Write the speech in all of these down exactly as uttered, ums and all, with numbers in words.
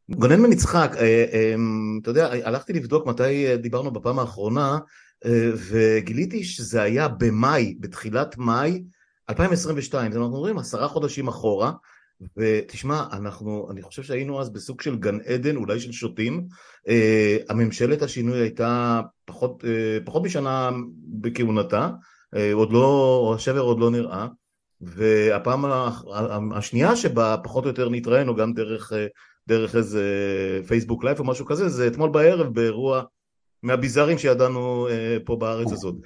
גונן בן יצחק, אה, אה, אתה יודע, הלכתי לבדוק מתי דיברנו בפעם האחרונה, אה, וגיליתי שזה היה במאי, בתחילת מאי אלפיים עשרים ושתיים, אז אנחנו אומרים עשרה חודשים אחורה, ותשמע, אנחנו, אני חושב שהיינו אז בסוג של גן עדן, אולי של שוטים. אה, הממשלת השינוי הייתה פחות, אה, פחות משנה בכהונתה, אה, עוד לא, השבר עוד לא נראה, והפעם ה- השנייה שבה פחות או יותר נתראינו גם דרך אה, דרך איזה פייסבוק לייב או משהו כזה, זה אתמול בערב באירוע מהביזארים שידענו אה, פה בארץ הזאת.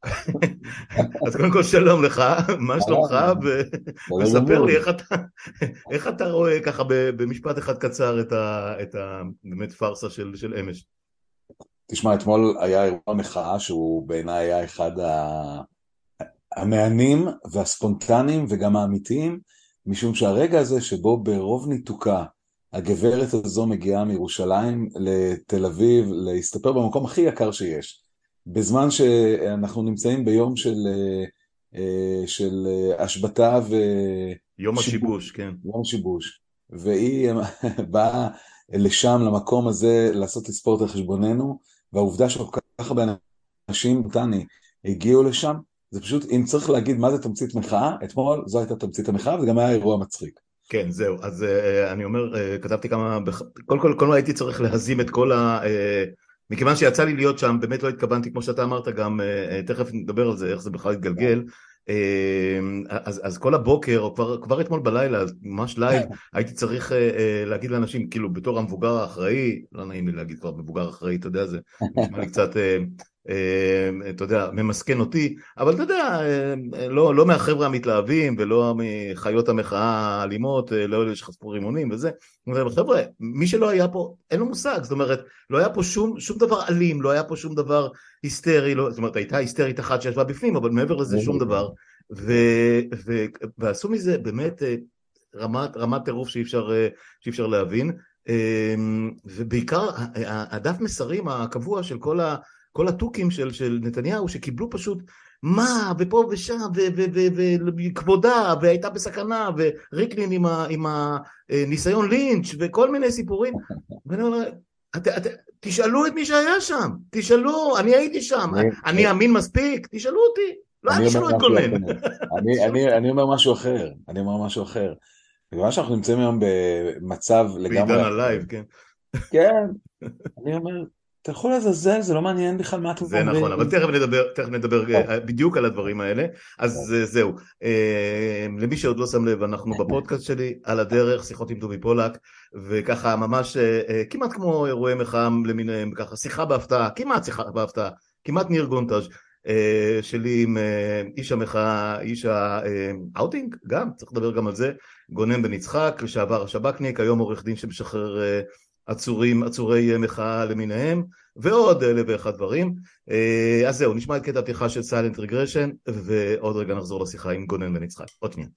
אז קודם כל שלום לך, מה שלומך? אהלן, ו... בסדר וספר לי גמור. איך אתה, איך אתה רואה ככה ב- במשפט אחד קצר את ה... את ה... באמת פארסה של, של אמש. תשמע, אתמול היה אירוע מחאה שהוא בעיניי היה אחד ה- המהנים והספונטניים וגם האמיתיים, משום שהרגע הזה שבו ברוב ניתוקה הגברת הזו מגיעה מירושלים לתל אביב להסתפר במקום הכי יקר שיש, בזמן שאנחנו נמצאים ביום של, אה, של אה, השבתה יום ושיבוש, השיבוש, כן. יום שיבוש, והיא באה לשם, למקום הזה, לעשות תספורת על חשבוננו, והעובדה שכל כך הרבה אנשים, טני, הגיעו לשם, זה פשוט, אם צריך להגיד מה זה תמצית מחאה, אתמול זו הייתה תמצית המחאה, וזה גם היה אירוע מצחיק. כן, זהו. אז uh, אני אומר, uh, כתבתי כמה, בח... קודם כל, כל מה הייתי צריך להזים את כל ה... Uh, מכיוון שיצא לי להיות שם, באמת לא התכוונתי, כמו שאתה אמרת, גם, uh, uh, תכף נדבר על זה, איך זה בכלל התגלגל. Uh, אז, אז כל הבוקר, או כבר, כבר אתמול בלילה, ממש לייב, הייתי צריך uh, uh, להגיד לאנשים, כאילו, בתור המבוגר האחראי, לא נעים לי להגיד כבר מבוגר אחראי, אתה יודע, זה נשמע לי קצת... Uh, Uh, אתה יודע, ממסכן אותי, אבל אתה יודע, לא, לא מהחבר'ה המתלהבים ולא מחיות המחאה האלימות, לא אלה שחשפו רימונים וזה. חבר'ה, מי שלא היה פה, אין לו מושג, זאת אומרת, לא היה פה שום, שום דבר אלים, לא היה פה שום דבר היסטרי, לא, זאת אומרת, הייתה היסטרית אחת שישבה בפנים, אבל מעבר לזה שום דבר, ו, ו, ועשו מזה באמת רמת, רמת טירוף שאי אפשר, שאי אפשר להבין, ובעיקר הדף מסרים הקבוע של כל ה... כל הטוקים של, של נתניהו שקיבלו פשוט מה ופה ושם וכבודה והייתה בסכנה וריקלין עם, ה, עם הניסיון לינץ' וכל מיני סיפורים. ואני אומר, את, את, תשאלו את מי שהיה שם, תשאלו, אני הייתי שם, אני, אני אמין מספיק, תשאלו אותי, לא אני אומר תשאלו את משהו גונן. אחר. אני, אני, אני אומר משהו אחר. אני אומר משהו אחר. בגלל שאנחנו נמצאים היום במצב בעידן לגמרי אחר. הלייב, כן. כן, אני אומר, תלכו לעזאזל, זה לא מעניין בכלל מה אתם זה נכון, אבל אומרים. תכף נדבר, תכף נדבר טוב, אה, בדיוק על הדברים האלה. טוב. אז אה, זהו, אה, למי שעוד לא שם לב, אנחנו בפודקאסט שלי, על הדרך, שיחות עם טובי פולק, וככה ממש אה, אה, כמעט כמו אירועי מחאה למיניהם, ככה שיחה בהפתעה, כמעט שיחה בהפתעה, כמעט ניר גונטאז' אה, שלי עם אה, איש המחאה, איש האאוטינג, גם, צריך לדבר גם על זה, גונן בן יצחק, לשעבר השב"כניק, היום עורך דין שמשחרר אה, עצורים, עצורי מחאה למיניהם, ועוד אלף ואחד דברים. אז זהו, נשמע את קטע הפתיחה של סיילנט רגרשן, ועוד רגע נחזור לשיחה עם גונן בן יצחק. עוד שנייה.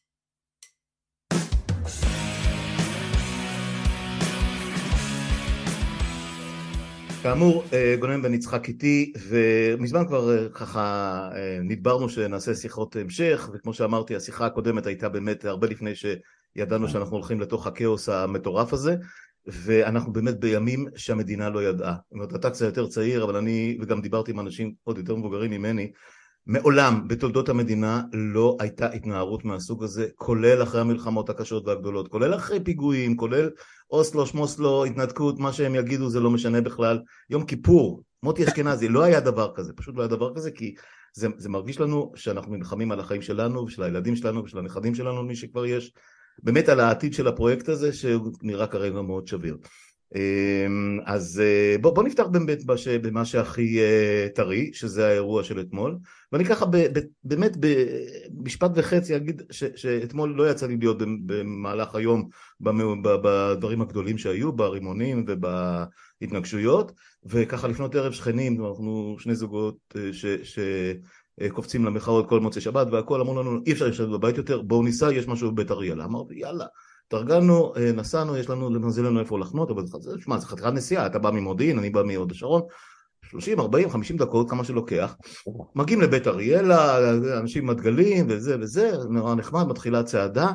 כאמור, גונן בן יצחק איתי, ומזמן כבר ככה נדברנו שנעשה שיחות המשך, וכמו שאמרתי, השיחה הקודמת הייתה באמת הרבה לפני שידענו שאנחנו הולכים לתוך הכאוס המטורף הזה, ואנחנו באמת בימים שהמדינה לא ידעה. זאת אומרת, אתה קצת יותר צעיר, אבל אני, וגם דיברתי עם אנשים עוד יותר מבוגרים ממני, מעולם בתולדות המדינה לא הייתה התנערות מהסוג הזה, כולל אחרי המלחמות הקשות והגדולות, כולל אחרי פיגועים, כולל אוסלו, שמוסלו, התנתקות, מה שהם יגידו זה לא משנה בכלל. יום כיפור, מוטי אשכנזי, לא היה דבר כזה, פשוט לא היה דבר כזה, כי זה, זה מרגיש לנו שאנחנו נלחמים על החיים שלנו ושל הילדים שלנו ושל הנכדים שלנו, מי שכבר יש, באמת על העתיד של הפרויקט הזה שנראה כרגע מאוד שביר. אז בוא, בוא נפתח באמת במה שהכי טרי, שזה האירוע של אתמול, ואני ככה ב, ב, באמת במשפט וחצי אגיד ש, שאתמול לא יצא לי להיות במהלך היום בדברים הגדולים שהיו, ברימונים ובהתנגשויות, וככה לפנות ערב שכנים, אנחנו שני זוגות ש... ש קופצים למחאות כל מוצאי שבת והכל, אמרו לנו אי אפשר לשבת בבית יותר, בואו ניסע, יש משהו בבית אריאלה. אמרתי יאללה, תרגלנו, נסענו, יש לנו, למזל לנו איפה לחנות, אבל שמה, זה חתיכת נסיעה, אתה בא ממודיעין, אני בא מהוד השרון, שלושים, ארבעים, חמישים דקות, כמה שלוקח, מגיעים לבית אריאלה, אנשים מדגלים וזה וזה, נורא נחמד, מתחילה צעדה,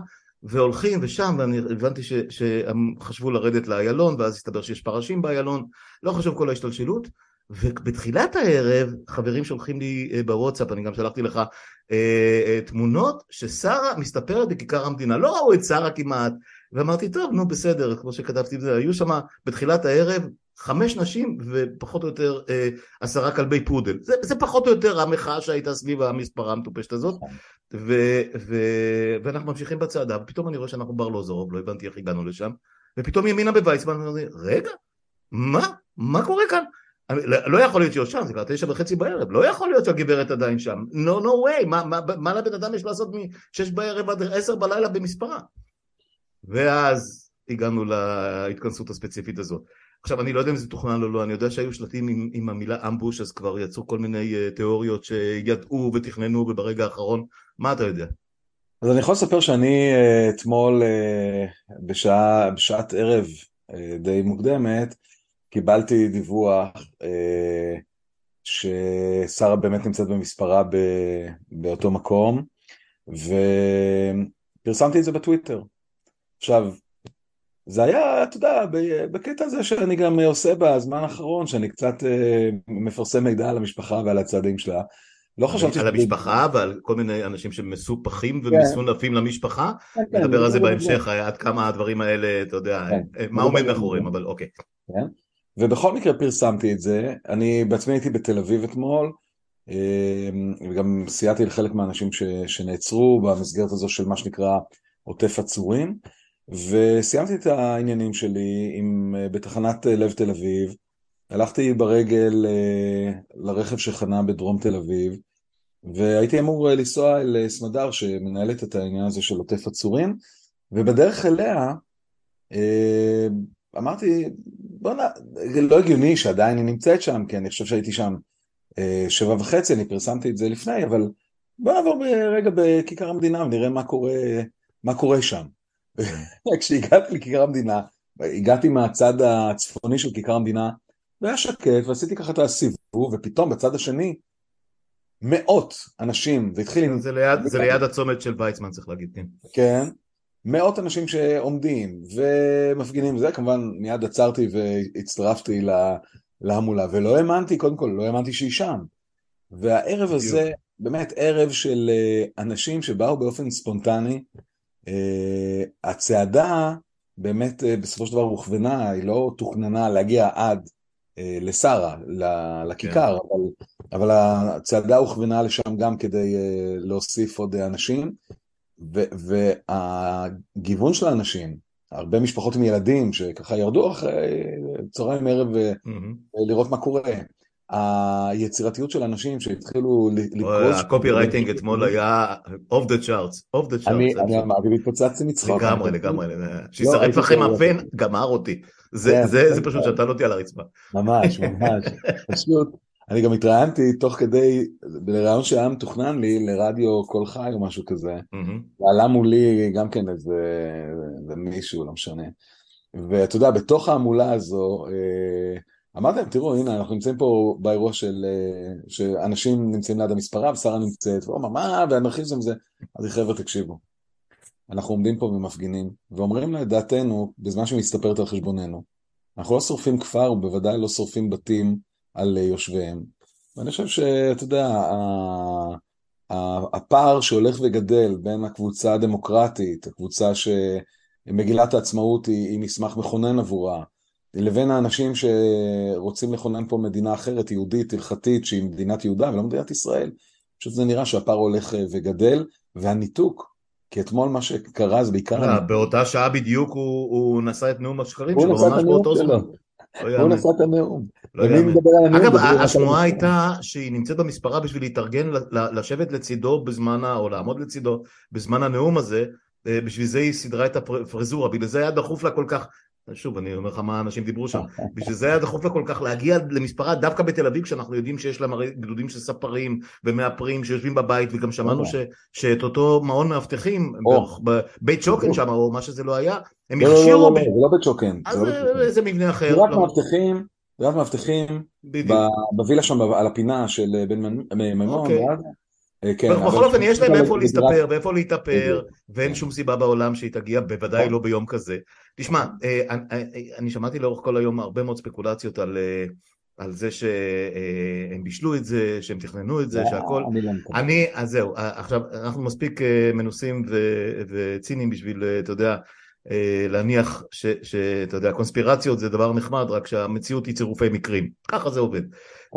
והולכים ושם, ואני הבנתי ש, שהם חשבו לרדת לאיילון, ואז הסתבר שיש פרשים באיילון, לא חשוב כל ההשתלשלות, ובתחילת הערב חברים שולחים לי בוואטסאפ, אני גם שלחתי לך תמונות ששרה מסתפרת בכיכר המדינה, לא ראו את שרה כמעט, ואמרתי טוב נו בסדר, כמו שכתבתי בזה, היו שם בתחילת הערב חמש נשים ופחות או יותר אה, עשרה כלבי פודל, זה, זה פחות או יותר המחאה שהייתה סביב המספרה המטופשת הזאת, ו, ו, ואנחנו ממשיכים בצעדה, ופתאום אני רואה שאנחנו בארלוזורוב, לא הבנתי איך הגענו לשם, ופתאום ימינה בוויצמן, ואני אומר, רגע, מה? מה קורה כאן? לא, לא יכול להיות שהיא שם, זה כבר תשע וחצי בערב, לא יכול להיות שהגברת עדיין שם, no, no way, מה, מה, מה לבן אדם יש לעשות משש בערב עד עשר בלילה במספרה? ואז הגענו להתכנסות הספציפית הזאת. עכשיו, אני לא יודע אם זה תוכנן או לא, אני יודע שהיו שלטים עם, עם המילה אמבוש, אז כבר יצאו כל מיני uh, תיאוריות שידעו ותכננו וברגע האחרון, מה אתה יודע? אז אני יכול לספר שאני uh, אתמול uh, בשעה, בשעת ערב uh, די מוקדמת, קיבלתי דיווח uh, ששרה באמת נמצאת במספרה ב, באותו מקום, ופרסמתי את זה בטוויטר. עכשיו, זה היה, אתה יודע, בקטע הזה שאני גם עושה בזמן האחרון, שאני קצת מפרסם מידע על המשפחה ועל הצעדים שלה. לא חשבתי... על המשפחה ועל כל מיני אנשים שמסופחים ומסונפים למשפחה, נדבר על זה בהמשך, עד כמה הדברים האלה, אתה יודע, מה עומד מאחוריהם, אבל אוקיי. ובכל מקרה פרסמתי את זה, אני בעצמי הייתי בתל אביב אתמול, וגם סייעתי לחלק מהאנשים שנעצרו במסגרת הזו של מה שנקרא עוטף עצורים, וסיימתי את העניינים שלי עם, בתחנת לב תל אביב, הלכתי ברגל לרכב שחנה בדרום תל אביב, והייתי אמור לנסוע אל סמדר שמנהלת את העניין הזה של עוטף עצורים, ובדרך אליה אמרתי, בוא נ... לא הגיוני שעדיין היא נמצאת שם, כי אני חושב שהייתי שם שבע וחצי, אני פרסמתי את זה לפני, אבל בוא נעבור רגע בכיכר המדינה ונראה מה קורה, מה קורה שם. כשהגעתי לכיכר המדינה, הגעתי מהצד הצפוני של כיכר המדינה, והיה שקט, ועשיתי ככה את הסיבוב, ופתאום בצד השני, מאות אנשים, זה התחיל... זה ליד, זה ליד הצומת של ויצמן, צריך להגיד, כן. כן, מאות אנשים שעומדים, ומפגינים, זה כמובן מיד עצרתי והצטרפתי להמולה, ולא האמנתי, קודם כל, לא האמנתי שהיא שם. והערב הזה, באמת ערב של אנשים שבאו באופן ספונטני, Uh, הצעדה באמת uh, בסופו של דבר הוכוונה, היא לא תוכננה להגיע עד uh, לשרה, לכיכר, yeah. אבל, אבל הצעדה הוכוונה לשם גם כדי uh, להוסיף עוד אנשים, והגיוון של האנשים, הרבה משפחות עם ילדים שככה ירדו אחרי צהריים ערב mm-hmm. לראות מה קורה, היצירתיות של אנשים שהתחילו לקרוש... הקופי רייטינג אתמול היה off the charts, off the charts. אני אמרתי והתפוצצתי מצחוק. לגמרי, לגמרי. שישרף לכם הפן, גמר אותי. זה פשוט שתל אותי על הרצפה. ממש, ממש. פשוט, אני גם התראיינתי תוך כדי, לרעיון שהיה מתוכנן לי לרדיו קול חי או משהו כזה. ועלה מולי גם כן איזה מישהו, לא משנה. ואתה יודע, בתוך העמולה הזו... אמרתם, תראו, הנה, אנחנו נמצאים פה באירוע של, שאנשים נמצאים ליד המספרה, ושרה נמצאת, ואומר, מה, והאנרכיזם זה, אז חבר'ה, תקשיבו. אנחנו עומדים פה במפגינים, ואומרים לדעתנו, בזמן שמסתפרת על חשבוננו, אנחנו לא שורפים כפר, ובוודאי לא שורפים בתים על יושביהם. ואני חושב שאתה יודע, הפער שהולך וגדל בין הקבוצה הדמוקרטית, הקבוצה שמגילת העצמאות היא, היא מסמך מכונן עבורה, לבין האנשים שרוצים לכונן פה מדינה אחרת, יהודית, הלכתית, שהיא מדינת יהודה ולא מדינת ישראל, פשוט זה נראה שהפער הולך וגדל, והניתוק, כי אתמול מה שקרה זה בעיקר... באותה שעה בדיוק הוא נשא את נאום השקרים שלו, ממש באותו זמן. הוא נשא את הנאום. אגב, השמועה הייתה שהיא נמצאת במספרה בשביל להתארגן, לשבת לצידו בזמן, או לעמוד לצידו בזמן הנאום הזה, בשביל זה היא סדרה את הפרזורה, בגלל זה היה דחוף לה כל כך, שוב, אני אומר לך מה אנשים דיברו שם, בשביל זה היה דחוף לה כל כך להגיע למספרה דווקא בתל אביב, כשאנחנו יודעים שיש להם גדודים של ספרים ומאפרים שיושבים בבית, וגם שמענו שאת אותו מעון מאבטחים, בית שוקן שם, או מה שזה לא היה, הם הכשירו... לא, לא, זה לא בית שוקן. אז זה מבנה אחר. זה רק מאבטחים, זה רק מאבטחים, בווילה שם על הפינה של בן מימון, כן, אבל בכל אופן יש להם איפה לגרף, להסתפר ואיפה להתאפר, ואין שום סיבה בעולם שהיא תגיע, בוודאי לא ביום כזה. תשמע, אני שמעתי לאורך כל היום הרבה מאוד ספקולציות על על זה שהם בישלו את זה, שהם תכננו את זה, שהכל. אני לא מקבל. אני, אז זהו, עכשיו אנחנו מספיק מנוסים וציניים בשביל, אתה יודע, להניח שאתה יודע, קונספירציות זה דבר נחמד, רק שהמציאות היא צירופי מקרים. ככה זה עובד.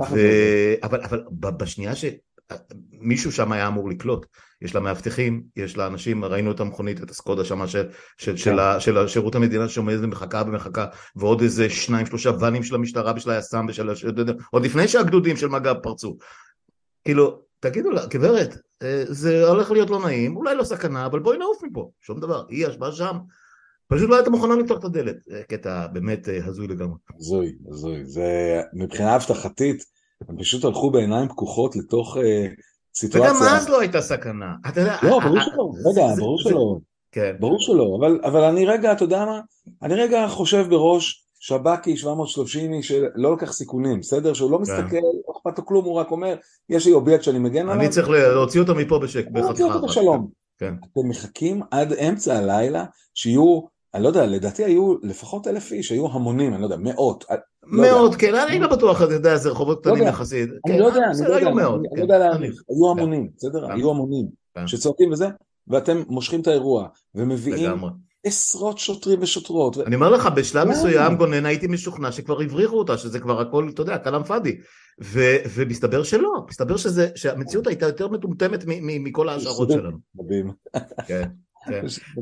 אבל אבל בשנייה שמישהו שם היה אמור לקלוט, יש לה מאבטחים, יש לה אנשים, ראינו את המכונית, את הסקודה שם של, של, של, של השירות המדינה שעומדת ומחכה ומחכה, ועוד איזה שניים, שלושה ואנים של המשטרה בשל היס"מ, ושל, עוד לפני שהגדודים של מג"ב פרצו. כאילו, תגידו לה, גברת, זה הולך להיות לא נעים, אולי לא סכנה, אבל בואי נעוף מפה, שום דבר, היא ישבה שם, פשוט לא הייתה מוכנה לפתוח את הדלת, קטע באמת הזוי לגמרי. הזוי, הזוי, זה מבחינה הבטחתית, הם פשוט הלכו בעיניים פקוחות לתוך סיטואציה. וגם אז לא הייתה סכנה. לא, ברור שלא, רגע, ברור שלא. ברור שלא, אבל אני רגע, אתה יודע מה? אני רגע חושב בראש שב"כי שבע מאות ושלושים שלא לקח סיכונים, בסדר? שהוא לא מסתכל, לא אכפת לו כלום, הוא רק אומר, יש לי אובייקט שאני מגן עליו. אני צריך להוציא אותו מפה בחתיכה אחת. בשלום. אתם מחכים עד אמצע הלילה שיהיו, אני לא יודע, לדעתי היו לפחות אלף איש, היו המונים, אני לא יודע, מאות. מאות, כן, אני לא בטוח, אתה יודע, זה רחובות קטנים יחסית. אני לא יודע, אני לא יודע, אני יודע להניח, היו המונים, בסדר? היו המונים שצועקים וזה, ואתם מושכים את האירוע, ומביאים עשרות שוטרים ושוטרות. אני אומר לך, בשלב מסוים גונן הייתי משוכנע שכבר הבריחו אותה, שזה כבר הכל, אתה יודע, כלם פאדי, ומסתבר שלא, מסתבר שהמציאות הייתה יותר מטומטמת מכל ההשערות שלנו. מדהים. כן, כן.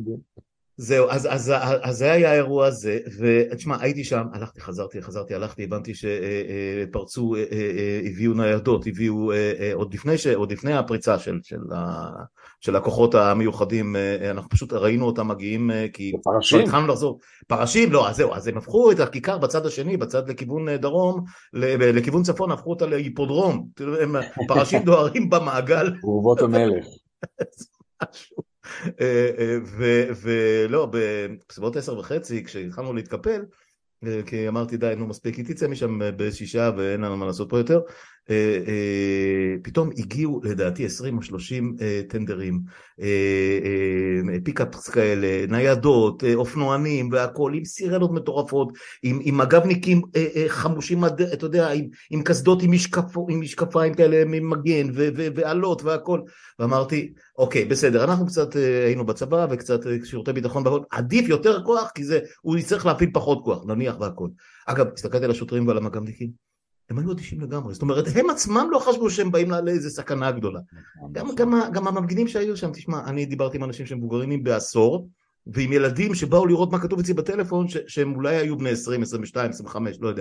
זהו, אז, אז, אז זה היה האירוע הזה, ותשמע, הייתי שם, הלכתי, חזרתי, חזרתי, הלכתי, הבנתי שפרצו, הביאו ניידות, הביאו, עוד לפני, ש, עוד לפני הפריצה של, של, של הכוחות המיוחדים, אנחנו פשוט ראינו אותם מגיעים, כי פרשים. התחלנו לחזור, פרשים, לא, אז זהו, אז הם הפכו את הכיכר בצד השני, בצד לכיוון דרום, לכיוון צפון, הפכו אותה להיפודרום, הם פרשים דוהרים במעגל. אורוות המלך. משהו. ולא, בסביבות עשר וחצי, כשהתחלנו להתקפל, כי אמרתי די, נו מספיק, היא תצא משם בשישה ואין לנו מה לעשות פה יותר, פתאום הגיעו לדעתי עשרים או שלושים טנדרים, פיקאפס כאלה, ניידות, אופנוענים והכל, עם סירנות מטורפות, עם מג"בניקים חמושים, אתה יודע, עם קסדות, עם משקפיים כאלה ממגן ועלות והכל, ואמרתי, אוקיי, בסדר, אנחנו קצת היינו בצבא וקצת שירותי ביטחון בהון, עדיף יותר כוח, כי זה, הוא יצטרך להפעיל פחות כוח, נניח והכל. אגב, הסתכלתי על השוטרים ועל המג"בניקים, הם היו אדישים לגמרי, זאת אומרת, הם עצמם לא חשבו שהם באים לאיזה סכנה גדולה. גם, גם, גם המפגינים שהיו שם, תשמע, אני דיברתי עם אנשים שהם מבוגרים בעשור, ועם ילדים שבאו לראות מה כתוב אצלי בטלפון, ש, שהם אולי היו בני עשרים, עשרים ושתיים, עשרים וחמש, לא יודע.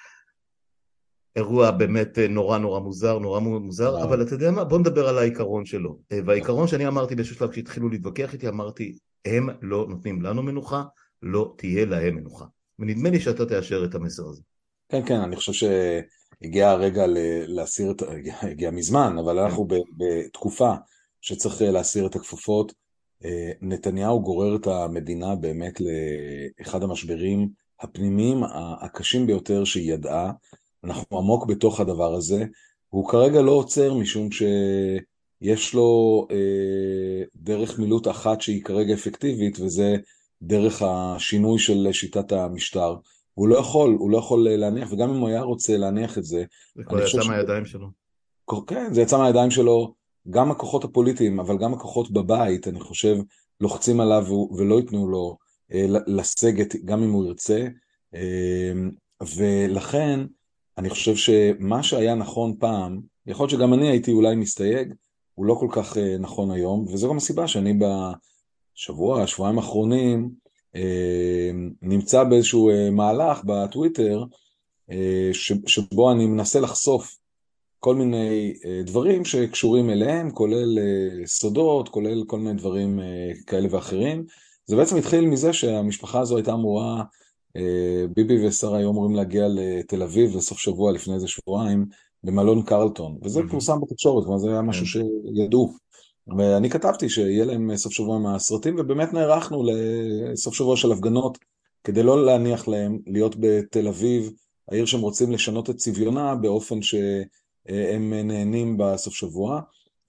אירוע באמת נורא נורא מוזר, נורא מוזר, אבל אתה יודע מה? בוא נדבר על העיקרון שלו. והעיקרון שאני אמרתי באיזשהו שלב, כשהתחילו להתווכח איתי, אמרתי, הם לא נותנים לנו מנוחה, לא תהיה להם מנוחה. ונדמה לי שאתה תאשר את המסר הזה. כן, כן, אני חושב שהגיע הרגע להסיר את, הגיע מזמן, אבל אנחנו בתקופה שצריך להסיר את הכפפות. נתניהו גורר את המדינה באמת לאחד המשברים הפנימיים הקשים ביותר שהיא ידעה. אנחנו עמוק בתוך הדבר הזה, הוא כרגע לא עוצר משום שיש לו אה, דרך מילוט אחת שהיא כרגע אפקטיבית, וזה דרך השינוי של שיטת המשטר. הוא לא יכול, הוא לא יכול להניח, וגם אם הוא היה רוצה להניח את זה, זה כבר יצא מהידיים שלו. כן, זה יצא מהידיים שלו, גם הכוחות הפוליטיים, אבל גם הכוחות בבית, אני חושב, לוחצים עליו ולא ייתנו לו אה, לסגת, גם אם הוא ירצה, אה, ולכן, אני חושב שמה שהיה נכון פעם, יכול להיות שגם אני הייתי אולי מסתייג, הוא לא כל כך נכון היום, וזו גם הסיבה שאני בשבוע, שבועיים האחרונים, נמצא באיזשהו מהלך בטוויטר, שבו אני מנסה לחשוף כל מיני דברים שקשורים אליהם, כולל סודות, כולל כל מיני דברים כאלה ואחרים. זה בעצם התחיל מזה שהמשפחה הזו הייתה אמורה, ביבי ושרה היו אמורים להגיע לתל אביב לסוף שבוע לפני איזה שבועיים במלון קרלטון, וזה פורסם בתקשורת, כלומר זה היה משהו שידעו, ואני כתבתי שיהיה להם סוף שבוע מהסרטים, ובאמת נערכנו לסוף שבוע של הפגנות, כדי לא להניח להם להיות בתל אביב, העיר שהם רוצים לשנות את צביונה באופן שהם נהנים בסוף שבוע.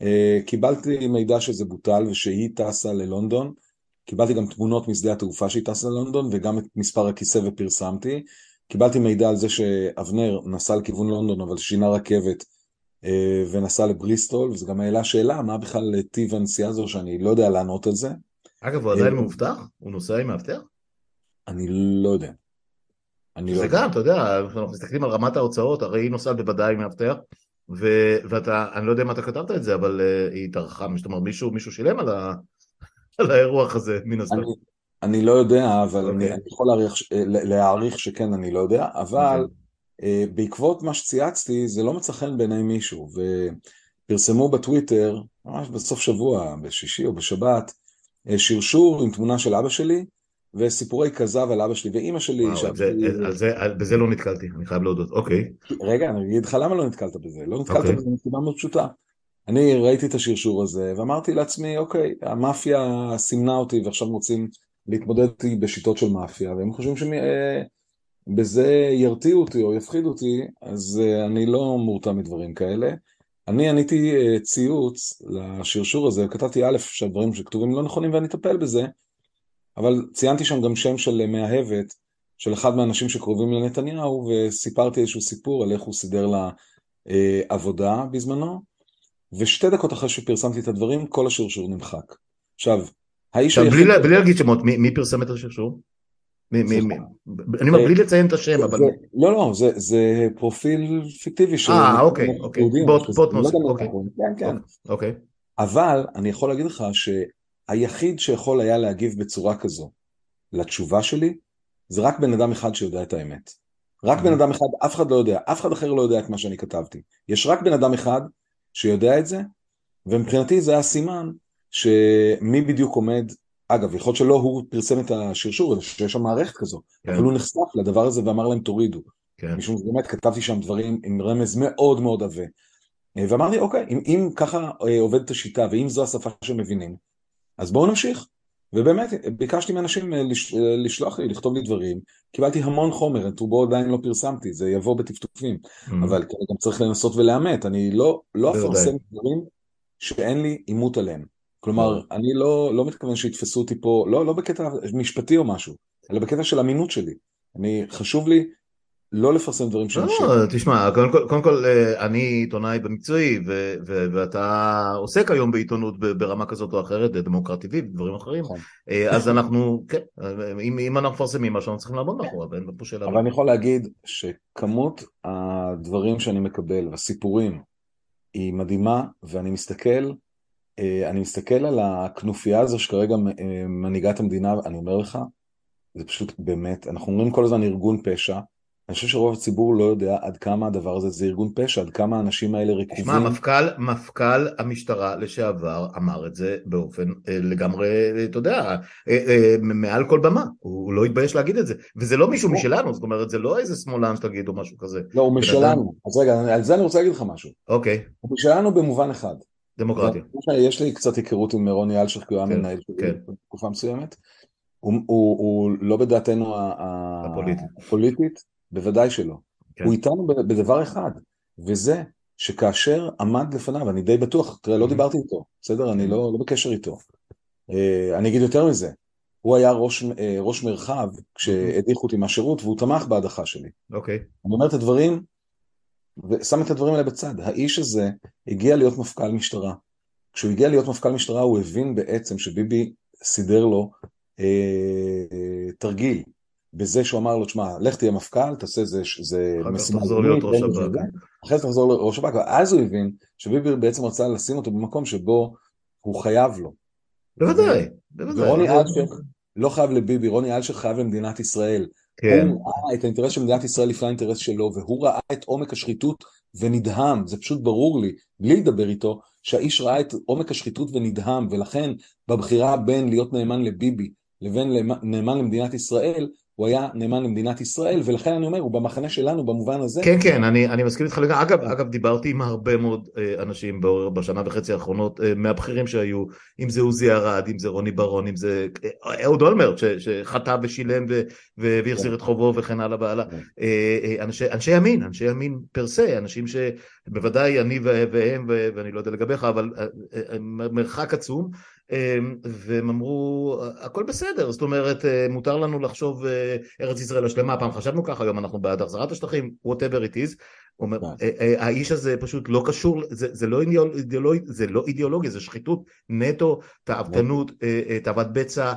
קיבלתי מידע שזה בוטל ושהיא טסה ללונדון, קיבלתי גם תמונות משדה התעופה שהיא טסה ללונדון, וגם את מספר הכיסא ופרסמתי, קיבלתי מידע על זה שאבנר נסע לכיוון לונדון, אבל שינה רכבת, ונסע לבריסטול, וזה גם העלה שאלה, מה בכלל טיב הנסיעה הזו, שאני לא יודע לענות על זה. אגב, הוא עדיין מאובטח? הוא נוסע עם מאבטח? אני לא יודע. אני לא זה יודע. גם, אתה יודע, אנחנו מסתכלים על רמת ההוצאות, הרי היא נוסעת בוודאי עם מאבטח, ו- ואתה, אני לא יודע אם אתה כתבת את זה, אבל uh, היא טרחה, זאת אומרת, מישהו, מישהו שילם על, ה- על האירוח הזה, מן הסתם. אני, אני לא יודע, אבל אני, אוקיי, אני יכול להעריך, להעריך שכן, אני לא יודע, אבל אוקיי. אה, בעקבות מה שצייצתי, זה לא מצא חן בעיני מישהו, ופרסמו בטוויטר, ממש בסוף שבוע, בשישי או בשבת, אה, שרשור עם תמונה של אבא שלי, וסיפורי כזב על אבא שלי ואימא שלי, וואו, את שאבא זה, שלי... על זה, על, בזה לא נתקלתי, אני חייב להודות. אוקיי, רגע, אני אגיד לך למה לא נתקלת בזה, לא נתקלת אוקיי. בזה מסיבה מאוד פשוטה. אני ראיתי את השרשור הזה, ואמרתי לעצמי, אוקיי, המאפיה סימנה אותי, ועכשיו רוצים להתמודד איתי בשיטות של מאפיה, והם חושבים שבזה ירתיעו אותי או יפחידו אותי, אז אה, אני לא מורתע מדברים כאלה. אני עניתי אה, ציוץ לשרשור הזה, כתבתי א', שהדברים שכתובים לא נכונים ואני אטפל בזה, אבל ציינתי שם גם שם של מאהבת, של אחד מהאנשים שקרובים לנתניהו, וסיפרתי איזשהו סיפור על איך הוא סידר לה אה, עבודה בזמנו, ושתי דקות אחרי שפרסמתי את הדברים, כל השרשור נמחק. עכשיו, האיש עכשיו, בלי, היחיד... לה- בלי להגיד שמות, מי, מי פרסם את השרשור? מי, מי, מי, סליחה. אני אומר, בלי לציין את השם, אבל... זה, לא, לא, זה, זה פרופיל פיקטיבי אה, שנקרא אוקיי, אוקיי. יהודי או בוט, משהו כזה, בוט אני לא יודע נוסף, מה אוקיי. נכון. כן, כן. אוקיי, אוקיי. אבל אני יכול להגיד לך שהיחיד שיכול היה להגיב בצורה כזו לתשובה שלי, זה רק בן אדם אחד שיודע את האמת. רק בן אדם אחד, אף אחד לא יודע, אף אחד אחר לא יודע את מה שאני כתבתי. יש רק בן אדם אחד שיודע את זה, ומבחינתי זה היה סימן שמי בדיוק עומד, אגב, יכול להיות שלא הוא פרסם את השרשור, אלא שיש שם מערכת כזו, כן, אבל הוא נחשף לדבר הזה ואמר להם תורידו. כן. משום שבאמת כתבתי שם דברים עם רמז מאוד מאוד עבה. ואמרתי, אוקיי, אם, אם ככה עובדת השיטה, ואם זו השפה שמבינים, אז בואו נמשיך. ובאמת, ביקשתי מאנשים לש, לשלוח לי, לכתוב לי דברים, קיבלתי המון חומר, את רובו עדיין לא פרסמתי, זה יבוא בטפטופים, אבל אני גם צריך לנסות ולאמת, אני לא, לא בוודאי. אפרסם דברים שאין לי אימות עליהם. כלומר, ברור. אני לא, לא מתכוון שיתפסו אותי פה, לא, לא בקטע משפטי או משהו, אלא בקטע של אמינות שלי. אני, חשוב לי לא לפרסם דברים לא, שהם לא, שקר. תשמע, קודם כל, קודם כל אה, אני עיתונאי במקצועי, ו- ו- ואתה עוסק היום בעיתונות ב- ברמה כזאת או אחרת, דמוקרט טי וי ודברים אחרים, נכון. אה, אז אנחנו, כן, אם, אם אנחנו מפרסמים משהו, אנחנו צריכים לעמוד מאחוריו, ואין פה שאלה אבל בכלל. אני יכול להגיד שכמות הדברים שאני מקבל, והסיפורים, היא מדהימה, ואני מסתכל, אני מסתכל על הכנופיה הזו שכרגע מנהיגה את המדינה, אני אומר לך, זה פשוט באמת, אנחנו אומרים כל הזמן ארגון פשע, אני חושב שרוב הציבור לא יודע עד כמה הדבר הזה זה ארגון פשע, עד כמה האנשים האלה תשמע, רקובים. מפכ"ל, מפכ"ל המשטרה לשעבר אמר את זה באופן אה, לגמרי, אה, אתה יודע, אה, אה, מעל כל במה, הוא, הוא לא התבייש להגיד את זה, וזה לא מישהו משלנו, זאת אומרת, זה לא איזה שמאלן שתגיד או משהו כזה, לא, הוא בן אדם, משלנו. אז רגע, על זה אני רוצה להגיד לך משהו. אוקיי, הוא משלנו במובן אחד. דמוקרטיה, ויש לי קצת היכרות עם רוני אלשיך, כי הוא היה כן, מנהל שלי כן, בתקופה מסוימת. הוא, הוא, הוא לא בדעתנו ה- ה- הפוליטי, הפוליטית, בוודאי שלא. כן, הוא איתנו ב- בדבר אחד, וזה שכאשר עמד לפניו, אני די בטוח, תראה, לא דיברתי איתו, בסדר? אני כן, לא, לא בקשר איתו. אה, אני אגיד יותר מזה, הוא היה ראש, אה, ראש מרחב כשהדיחו אותי מהשירות, והוא תמך בהדחה שלי. אוקיי, אני אומר את הדברים, ושם את הדברים האלה בצד. האיש הזה הגיע להיות מפכ"ל משטרה. כשהוא הגיע להיות מפכ"ל משטרה, הוא הבין בעצם שביבי סידר לו אה, אה, תרגיל, בזה שהוא אמר לו, תשמע, לך תהיה מפכ"ל, תעשה זה, זה אחר כך משימה תחזור להיות לאומית, ראש תן לזה שב"כ, זה, אחרי זה תחזור לראש שב"כ, ואז הוא הבין שביבי בעצם רצה לשים אותו במקום שבו הוא חייב לו. ו, בוודאי, בוודאי, ורוני זה, אלשיך לא חייב לביבי, רוני אלשיך חייב למדינת ישראל. כן, הוא ראה את האינטרס של מדינת ישראל לפני האינטרס שלו, והוא ראה את עומק השחיתות ונדהם, זה פשוט ברור לי, בלי לדבר איתו, שהאיש ראה את עומק השחיתות ונדהם, ולכן בבחירה בין להיות נאמן לביבי לבין נאמן למדינת ישראל, הוא היה נאמן למדינת ישראל, ולכן אני אומר, הוא במחנה שלנו במובן הזה. כן, כן, אני, אני מסכים איתך לגמרי. אגב, אגב, דיברתי עם הרבה מאוד אה, אנשים בשנה וחצי האחרונות, אה, מהבכירים שהיו, אם זה עוזי ארד, אם זה רוני ברון, אם זה אה, אהוד אולמרט, ש, שחטא ושילם ו, ו, והחזיר את חובו וכן הלאה והלאה. אה, אה, אנשי, אנשי ימין, אנשי ימין פרסה, אנשים שבוודאי אני והם, ואני לא יודע לגביך, אבל אה, אה, מרחק עצום, והם אמרו הכל בסדר, זאת אומרת מותר לנו לחשוב ארץ ישראל השלמה, פעם חשבנו ככה, היום אנחנו בעד החזרת השטחים, whatever it is. אומר, האיש הזה פשוט לא קשור, זה, זה לא אידיאולוגיה, זה לא אידיאולוגיה, זה שחיתות נטו, תאוותנות, תאוות בצע,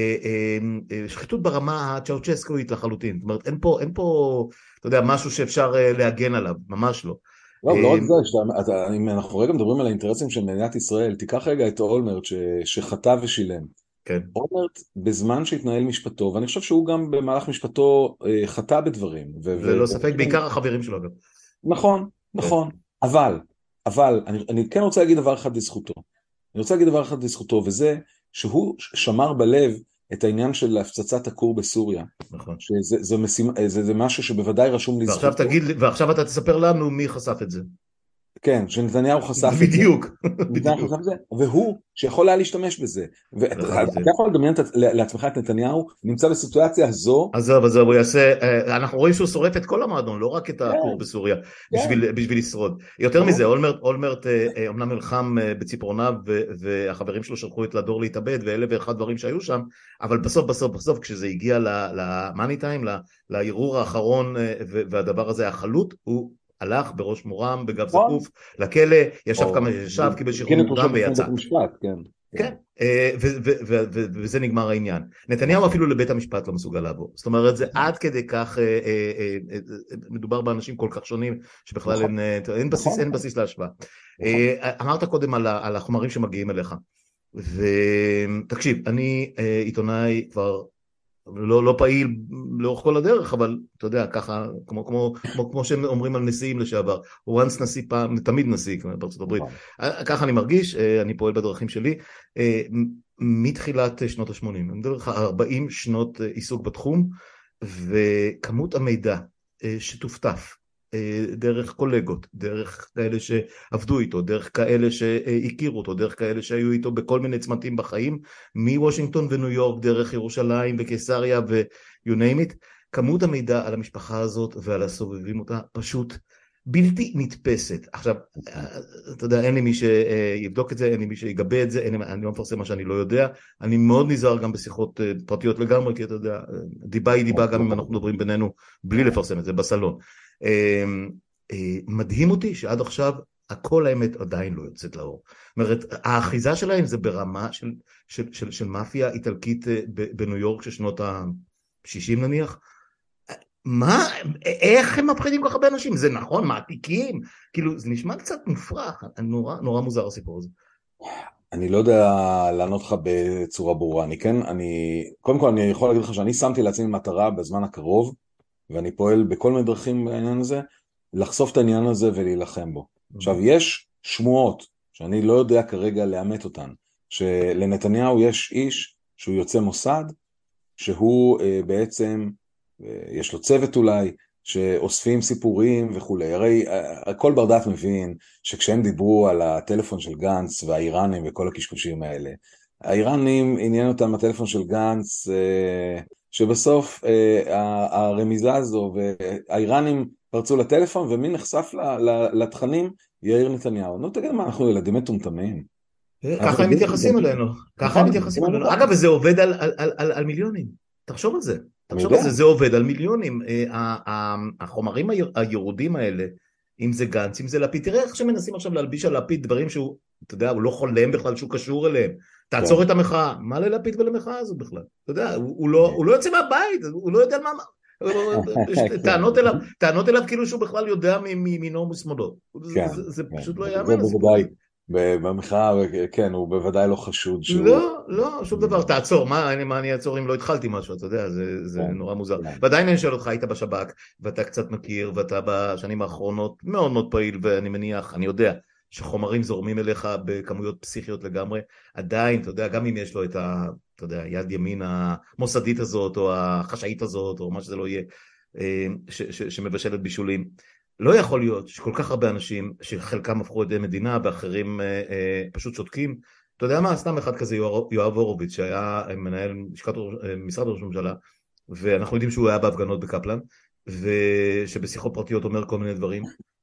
שחיתות ברמה הצ'אוצ'סקואית לחלוטין. זאת אומרת, אין פה, אין פה, אתה יודע, משהו שאפשר להגן עליו, ממש לא. לא, לא רק זה, שאתה, אם אנחנו רגע מדברים על האינטרסים של מדינת ישראל, תיקח רגע את אולמרט שחטא ושילם. כן. אולמרט בזמן שהתנהל משפטו, ואני חושב שהוא גם במהלך משפטו חטא בדברים. ולא ספק, בעיקר החברים שלו גם. נכון, נכון. אבל, אבל, אני, אני כן רוצה להגיד דבר אחד לזכותו. אני רוצה להגיד דבר אחד לזכותו, וזה שהוא שמר בלב את העניין של הפצצת הכור בסוריה. נכון. שזה זה משימה, זה, זה משהו שבוודאי רשום לזכותו. ועכשיו תגיד, ועכשיו אתה תספר לנו מי חשף את זה. כן, שנתניהו חשף את זה. בדיוק. נתניהו חשף את זה, והוא שיכול היה להשתמש בזה. ואתה יכול לדמיין לעצמך את נתניהו, נמצא בסיטואציה הזו. אז זהו, זהו, הוא יעשה, אנחנו רואים שהוא שורף את כל המועדון, לא רק את הכור בסוריה, בשביל לשרוד. יותר מזה, אולמרט אומנם נלחם בציפורניו, והחברים שלו שלחו את לדור להתאבד, ואלה ואחד דברים שהיו שם, אבל בסוף, בסוף, בסוף, כשזה הגיע למאני טיים, לערעור האחרון, והדבר הזה החלוט, הוא הלך בראש מורם, בגב זקוף, לכלא, ישב כמה ששב, קיבל שחרור מוקדם ויצא. כן, וזה נגמר העניין. נתניהו אפילו לבית המשפט לא מסוגל לעבור. זאת אומרת, זה עד כדי כך, מדובר באנשים כל כך שונים, שבכלל אין בסיס, אין בסיס להשוואה. אמרת קודם על החומרים שמגיעים אליך, ותקשיב, אני עיתונאי כבר לא, לא פעיל לאורך כל הדרך, אבל אתה יודע, ככה, כמו, כמו, כמו, כמו שהם אומרים על נשיאים לשעבר, once נשיא פעם, תמיד נשיא, כמו בארצות הברית. ככה אני מרגיש, אני פועל בדרכים שלי, מתחילת שנות ה-שמונים, אני מדבר לך ארבעים שנות עיסוק בתחום, וכמות המידע שתופתף, דרך קולגות, דרך כאלה שעבדו איתו, דרך כאלה שהכירו אותו, דרך כאלה שהיו איתו בכל מיני צמתים בחיים, מוושינגטון וניו יורק, דרך ירושלים וקיסריה ו-you name it, כמות המידע על המשפחה הזאת ועל הסובבים אותה פשוט בלתי נתפסת. עכשיו, אתה יודע, אין לי מי שיבדוק את זה, אין לי מי שיגבה את זה, אין לי, אני לא מפרסם מה שאני לא יודע, אני מאוד נזהר גם בשיחות פרטיות לגמרי, כי אתה יודע, דיבה היא דיבה גם אם אנחנו מדברים בינינו בלי לפרסם את זה בסלון. מדהים אותי שעד עכשיו הכל האמת עדיין לא יוצאת לאור. זאת אומרת, האחיזה שלהם זה ברמה של, של, של, של מאפיה איטלקית בניו יורק של שנות ה-שישים נניח. מה, איך הם מפחידים כל כך הרבה אנשים? זה נכון, מעתיקים? כאילו, זה נשמע קצת מופרך, נורא, נורא מוזר הסיפור הזה. אני לא יודע לענות לך בצורה ברורה. אני כן, אני, קודם כל אני יכול להגיד לך שאני שמתי לעצמי מטרה בזמן הקרוב, ואני פועל בכל מיני דרכים בעניין הזה, לחשוף את העניין הזה ולהילחם בו. עכשיו, יש שמועות, שאני לא יודע כרגע לאמת אותן, שלנתניהו יש איש שהוא יוצא מוסד, שהוא אה, בעצם, אה, יש לו צוות אולי, שאוספים סיפורים וכו'. הרי אה, כל בר דעת מבין, שכשהם דיברו על הטלפון של גנץ והאיראנים וכל הקשקושים האלה, האיראנים עניין אותם הטלפון של גנץ, אה, שבסוף אה, הרמיזה הזו, והאיראנים פרצו לטלפון, ומי נחשף לתכנים? יאיר נתניהו. נו, תגיד מה, אנחנו ילדים מטומטמים. ככה הם מתייחסים אלינו. ככה הם מתייחסים אלינו. אגב, וזה עובד על מיליונים. תחשוב על זה. תחשוב על זה, זה עובד על מיליונים. החומרים הירודים האלה, אם זה גנץ, אם זה לפיד, תראה איך שמנסים עכשיו להלביש על לפיד דברים שהוא, אתה יודע, הוא לא חולם בכלל שהוא קשור אליהם. תעצור את המחאה. מה ללפיד ולמחאה הזאת בכלל? אתה יודע, הוא לא יוצא מהבית, הוא לא יודע מה... טענות אליו, טענות אליו כאילו שהוא בכלל יודע מימינו ומשמאלו. זה פשוט לא יאמן. במחאה, כן, הוא בוודאי לא חשוד. לא, לא, שום דבר. תעצור, מה אני אעצור אם לא התחלתי משהו, אתה יודע, זה נורא מוזר. ועדיין אני שואל אותך, היית בשב"כ, ואתה קצת מכיר, ואתה בשנים האחרונות מאוד מאוד פעיל, ואני מניח, אני יודע, שחומרים זורמים אליך בכמויות פסיכיות לגמרי, עדיין, אתה יודע, גם אם יש לו את ה, אתה יודע, יד ימין המוסדית הזאת, או החשאית הזאת, או מה שזה לא יהיה, ש, ש, שמבשלת בישולים, לא יכול להיות שכל כך הרבה אנשים, שחלקם הפכו את מדינה, ואחרים אה, אה, פשוט שותקים. אתה יודע מה, סתם אחד כזה, יואב הורוביץ, שהיה מנהל משקת, משרד ראש הממשלה, ואנחנו יודעים שהוא היה בהפגנות בקפלן, ושבשיחות פרטיות אומר כל מיני דברים.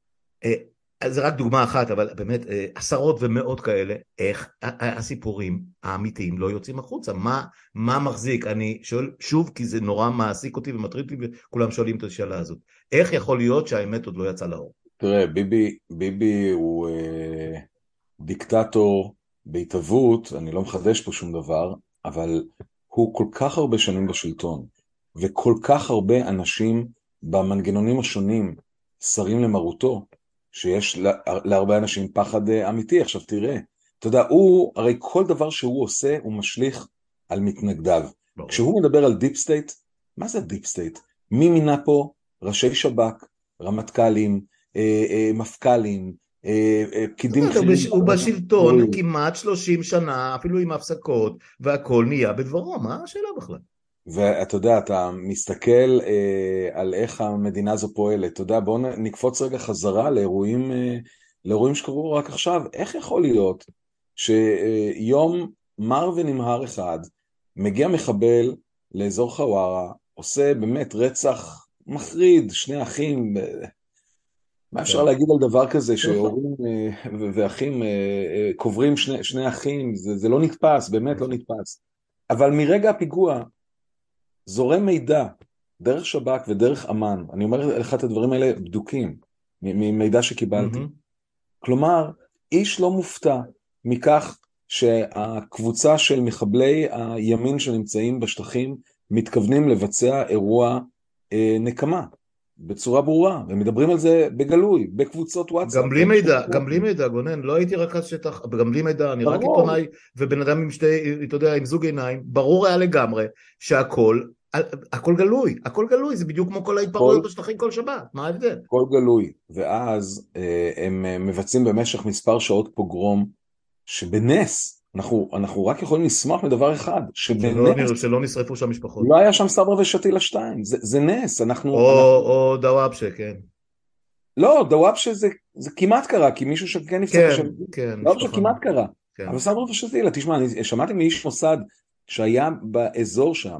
זה רק דוגמה אחת, אבל באמת עשרות ומאות כאלה, איך הסיפורים האמיתיים לא יוצאים החוצה? מה, מה מחזיק? אני שואל שוב, כי זה נורא מעסיק אותי ומטריד אותי, וכולם שואלים את השאלה הזאת. איך יכול להיות שהאמת עוד לא יצא לאור? תראה, ביבי, ביבי הוא אה, דיקטטור בהתהוות, אני לא מחדש פה שום דבר, אבל הוא כל כך הרבה שנים בשלטון, וכל כך הרבה אנשים במנגנונים השונים שרים למרותו, שיש לה, להרבה אנשים פחד אמיתי. עכשיו תראה, אתה יודע, הוא, הרי כל דבר שהוא עושה, הוא משליך על מתנגדיו. ברור. כשהוא מדבר על דיפ סטייט, מה זה דיפ סטייט? מי מינה פה? ראשי שב"כ, רמטכ"לים, אה, אה, מפכ"לים, אה, אה, פקידים בכירים. הוא בשלטון כמעט שלושים שנה, אפילו עם הפסקות, והכל נהיה בדברו, מה השאלה בכלל? ואתה יודע, אתה מסתכל אה, על איך המדינה הזו פועלת, אתה יודע, בואו נקפוץ רגע חזרה לאירועים, אה, לאירועים שקרו רק עכשיו. איך יכול להיות שיום מר ונמהר אחד, מגיע מחבל לאזור חווארה, עושה באמת רצח מחריד, שני אחים, מה אפשר להגיד על דבר כזה, שהורים ואחים קוברים שני, שני אחים, זה, זה לא נתפס, באמת לא נתפס. אבל מרגע הפיגוע, זורם מידע, דרך שב"כ ודרך אמן, אני אומר לך את הדברים האלה בדוקים, ממידע שקיבלתי. Mm-hmm. כלומר, איש לא מופתע מכך שהקבוצה של מחבלי הימין שנמצאים בשטחים, מתכוונים לבצע אירוע אה, נקמה, בצורה ברורה, ומדברים על זה בגלוי, בקבוצות וואטסאפ. גם בלי מידע, גם בלי מידע, גונן, לא הייתי רכז שטח, גם בלי מידע, אני רק עיתונאי, ובן אדם עם שתי, אתה יודע, עם זוג עיניים, ברור היה לגמרי, שהכל, הכל גלוי, הכל גלוי, זה בדיוק כמו כל ההתפרעויות בשטחים כל שבת, מה ההבדל? הכל גלוי, ואז הם מבצעים במשך מספר שעות פוגרום, שבנס, אנחנו, אנחנו רק יכולים לשמוח מדבר אחד, שבנס, שלא נשרפו שם משפחות. לא היה שם סברה ושתילה שתיים, זה, זה נס, אנחנו... או, אנחנו... או דוואבשה, כן. לא, דוואבשה זה, זה כמעט קרה, כי מישהו שכן נפצע כן, בשם... כן. דוואבשה כמעט קרה, כן. אבל סברה ושתילה, תשמע, אני שמעתי מאיש מוסד, שהיה באזור שם,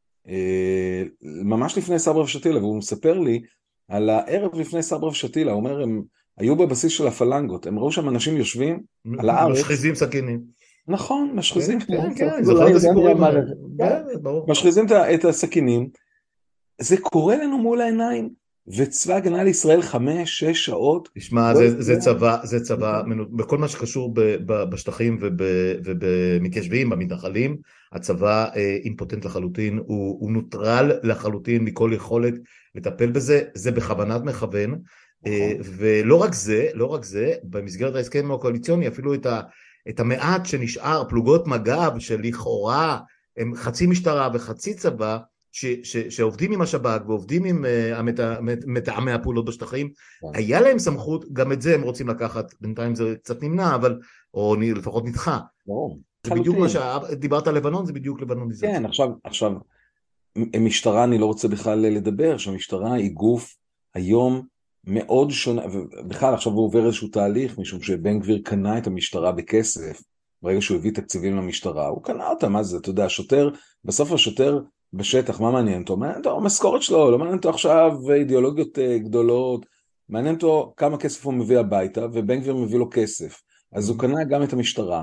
ממש לפני סברה ושתילה, והוא מספר לי, על הערב לפני סברה ושתילה, הוא אומר, הם היו בבסיס של הפלנגות, הם ראו שם אנשים יושבים על הארץ. משחיזים סכינים. נכון, משחיזים. כן, כן, זוכר את הסיפורים האלה. משחיזים את הסכינים. זה קורה לנו מול העיניים, וצבא הגנה לישראל חמש, שש שעות. תשמע, זה צבא, זה צבא, בכל מה שקשור בשטחים ובמתיישבים, במתנחלים, הצבא אימפוטנט לחלוטין, הוא נוטרל לחלוטין מכל יכולת לטפל בזה, זה בכוונת מכוון, ולא רק זה, לא רק זה, במסגרת ההסכם הקואליציוני, אפילו את ה... את המעט שנשאר, פלוגות מג"ב שלכאורה הם חצי משטרה וחצי צבא, ש, ש, שעובדים עם השב"כ ועובדים עם uh, מתאמי הפעולות בשטחים, היה להם סמכות, גם את זה הם רוצים לקחת, בינתיים זה קצת נמנע, אבל, או לפחות נדחה. זה בדיוק מה שדיברת על לבנון, זה בדיוק לבנוניזציה. כן, עכשיו, עכשיו, משטרה אני לא רוצה בכלל לדבר, שהמשטרה היא גוף היום, מאוד שונה, ובכלל עכשיו הוא עובר איזשהו תהליך, משום שבן גביר קנה את המשטרה בכסף, ברגע שהוא הביא תקציבים למשטרה, הוא קנה אותה, מה זה, אתה יודע, השוטר, בסוף השוטר בשטח, מה מעניין אותו? מעניין אותו המשכורת שלו, לא מעניין אותו עכשיו אידיאולוגיות גדולות, מעניין אותו כמה כסף הוא מביא הביתה, ובן גביר מביא לו כסף, אז הוא קנה גם את המשטרה,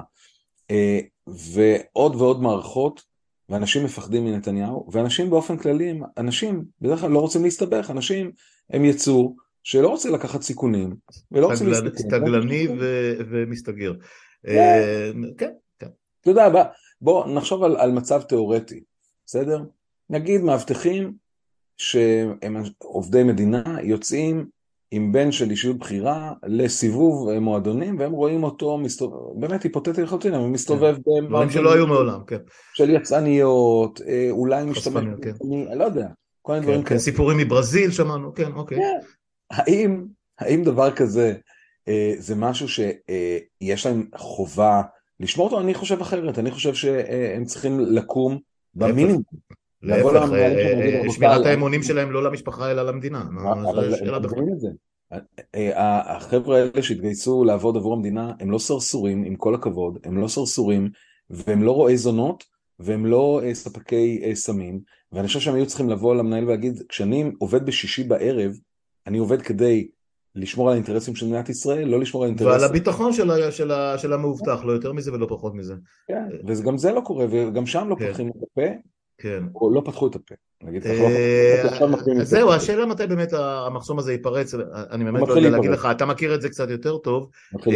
ועוד ועוד מערכות, ואנשים מפחדים מנתניהו, ואנשים באופן כללי, אנשים בדרך כלל לא רוצים להסתבך, אנשים הם יצאו, שלא רוצה לקחת סיכונים, ולא רוצה להסתכל. סטגלני ומסתגר. כן, כן. אתה יודע, בוא נחשוב על מצב תיאורטי, בסדר? נגיד מאבטחים שהם עובדי מדינה, יוצאים עם בן של אישיות בחירה לסיבוב מועדונים, והם רואים אותו, באמת היפותטי לחלוטין, הם מסתובב דברים שלא היו מעולם, כן. של יצאניות, אולי משתמש, אני לא יודע, כל מיני דברים כאלה. סיפורים מברזיל שמענו, כן, אוקיי. האם, האם דבר כזה זה משהו שיש להם חובה לשמור אותו. אני חושב אחרת, אני חושב שהם צריכים לקום במינימום. להפך, שמירת האמונים שלהם לא למשפחה אלא למדינה. אבל הם קובעים את זה. החבר'ה האלה שהתגייסו לעבוד עבור המדינה, הם לא סרסורים, עם כל הכבוד, הם לא סרסורים, והם לא רואי זונות, והם לא ספקי סמים, ואני חושב שהם היו צריכים לבוא למנהל ולהגיד, כשאני עובד בשישי בערב, אני עובד כדי לשמור על האינטרסים של מדינת ישראל, לא לשמור על האינטרסים. ועל הביטחון של המאובטח, לא יותר מזה ולא פחות מזה. כן, וגם זה לא קורה, וגם שם לא פותחים את הפה, כן. או לא פתחו את הפה. זהו, השאלה מתי באמת המחסום הזה ייפרץ, אני באמת לא יודע להגיד לך, אתה מכיר את זה קצת יותר טוב,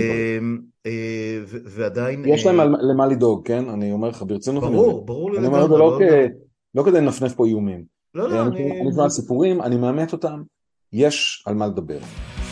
ועדיין... יש להם למה לדאוג, כן? אני אומר לך, ברצינות... ברור, ברור לי לגמרי. אני אומר את זה לא כדי לנפנף פה איומים. לא, לא, אני... אני אשמע סיפורים, אני מאמת אותם, יש על מה לדבר.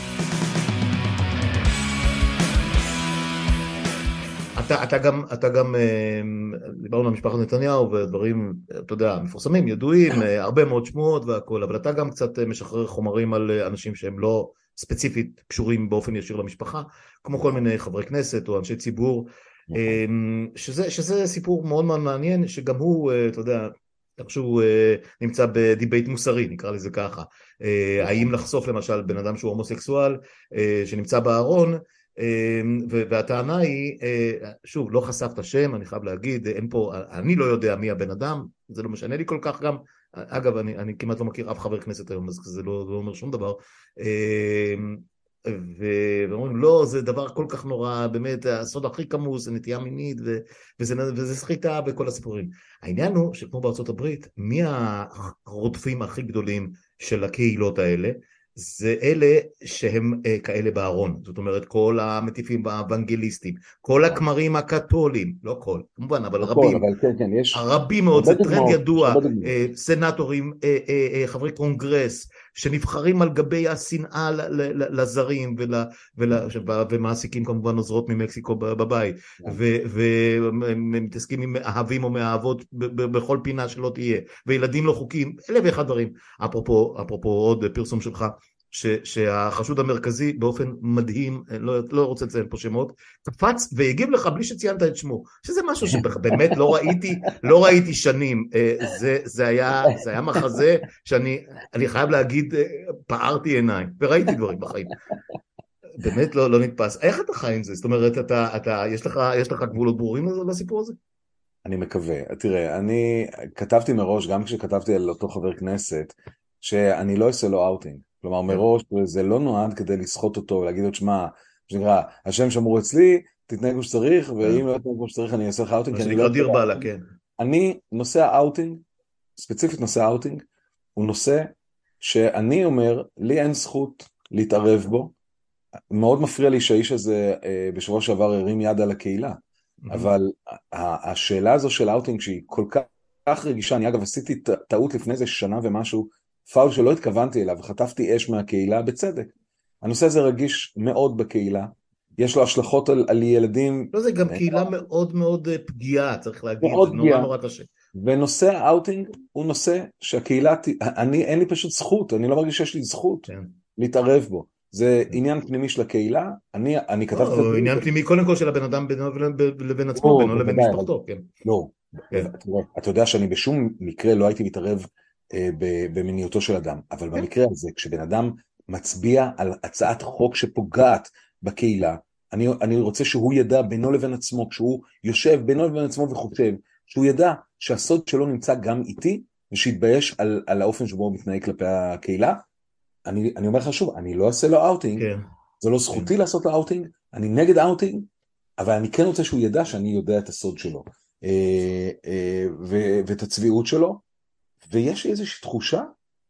אתה, אתה גם, אתה גם, דיברנו על משפחת נתניהו ודברים, אתה יודע, מפורסמים, ידועים, הרבה מאוד שמועות והכל, אבל אתה גם קצת משחרר חומרים על אנשים שהם לא ספציפית קשורים באופן ישיר למשפחה, כמו כל מיני חברי כנסת או אנשי ציבור, שזה, שזה סיפור מאוד מאוד מעניין, שגם הוא, אתה יודע, איכשהו נמצא בדיבייט מוסרי, נקרא לזה ככה, האם לחשוף למשל בן אדם שהוא הומוסקסואל, שנמצא בארון, והטענה היא, שוב, לא חשפת שם, אני חייב להגיד, אין פה, אני לא יודע מי הבן אדם, זה לא משנה לי כל כך גם, אגב, אני, אני כמעט לא מכיר אף חבר כנסת היום, אז זה לא, לא אומר שום דבר, ואומרים, לא, זה דבר כל כך נורא, באמת, הסוד הכי כמוס, זה נטייה מינית, וזה, וזה סחיטה בכל הסיפורים. העניין הוא, שכמו בארצות הברית, מי הרודפים הכי גדולים של הקהילות האלה? זה אלה שהם אה, כאלה בארון, זאת אומרת כל המטיפים האוונגליסטים, כל הכמרים הקתולים, לא כל, כמובן, אבל הכל, רבים, אבל כן, כן, יש רבים מאוד, זה טרנד דוגמאות, ידוע, אה, סנטורים, אה, אה, אה, חברי קונגרס, שנבחרים על גבי השנאה לזרים, ול, ול, ומעסיקים כמובן עוזרות ממקסיקו בבית, ומתעסקים עם אהבים או מאהבות בכל פינה שלא תהיה, וילדים לא חוקיים, אלף ואחד דברים. אפרופו, אפרופו עוד פרסום שלך, ש, שהחשוד המרכזי באופן מדהים, לא, לא רוצה לציין פה שמות, קפץ והגיב לך בלי שציינת את שמו, שזה משהו שבאמת לא ראיתי, לא ראיתי שנים, זה, זה היה, זה היה מחזה שאני, אני חייב להגיד, פערתי עיניים, וראיתי דברים בחיים. באמת לא, לא נתפס. איך אתה חי עם זה? זאת אומרת, אתה, אתה, יש לך, יש לך גבולות ברורים לסיפור הזה? אני מקווה. תראה, אני כתבתי מראש, גם כשכתבתי על אותו חבר כנסת, שאני לא אעשה לו אאוטינג. כלומר, מראש זה לא נועד כדי לסחוט אותו, ולהגיד לו, שמה, שנקרא, השם שמור אצלי, תתנהג כמו שצריך, ואם לא תתנהג כמו שצריך, אני אעשה לך אאוטינג. מה שנקרא דיר באללה, כן. אני, נושא האאוטינג, ספציפית נושא האאוטינג, הוא נושא שאני אומר, לי אין זכות להתערב בו. מאוד מפריע לי שהאיש הזה בשבוע שעבר הרים יד על הקהילה, אבל השאלה הזו של האאוטינג שהיא כל כך רגישה, אני אגב עשיתי טעות לפני זה שנה ומשהו, פאול שלא התכוונתי אליו, וחטפתי אש מהקהילה בצדק. הנושא הזה רגיש מאוד בקהילה, יש לו השלכות על, על ילדים. לא, זה גם קהילה מאוד מאוד פגיעה, צריך להגיד, זה נורא נורא קשה. ונושא האאוטינג הוא נושא שהקהילה, אני, אין לי פשוט זכות, אני לא מרגיש שיש לי זכות להתערב בו. זה עניין פנימי של הקהילה, אני, אני כתבתי... או עניין פנימי קודם כל של הבן אדם בינו לבין עצמו, בינו לבין משפחתו, כן. לא, אתה יודע שאני בשום מקרה לא הייתי מתערב במיניותו של אדם, אבל במקרה הזה, כשבן אדם מצביע על הצעת חוק שפוגעת בקהילה, אני, אני רוצה שהוא ידע בינו לבין עצמו, כשהוא יושב בינו לבין עצמו וחושב, שהוא ידע שהסוד שלו נמצא גם איתי, ושיתבייש על, על האופן שבו הוא מתנהג כלפי הקהילה. אני, אני אומר לך שוב, אני לא אעשה לו אאוטינג, כן. זה לא זכותי כן. לעשות לו אאוטינג, אני נגד אאוטינג, אבל אני כן רוצה שהוא ידע שאני יודע את הסוד שלו, אה, אה, ו, ואת הצביעות שלו, ויש לי איזושהי תחושה,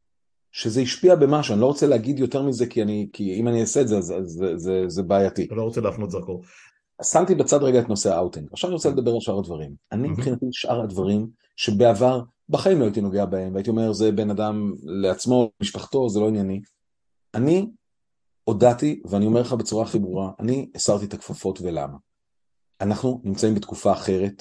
שזה השפיע במשהו, אני לא רוצה להגיד יותר מזה, כי, אני, כי אם אני אעשה את זה, אז, אז זה, זה, זה בעייתי. אתה לא רוצה להפנות זרקור. שמתי בצד רגע את נושא האאוטינג, עכשיו אני רוצה לדבר על שאר הדברים. אני מבחינתי שאר הדברים, שבעבר בחיים לא הייתי נוגע בהם, והייתי אומר, זה בן אדם לעצמו, משפחתו, זה לא ענייני. אני הודעתי, ואני אומר לך בצורה הכי ברורה, אני הסרתי את הכפפות ולמה. אנחנו נמצאים בתקופה אחרת,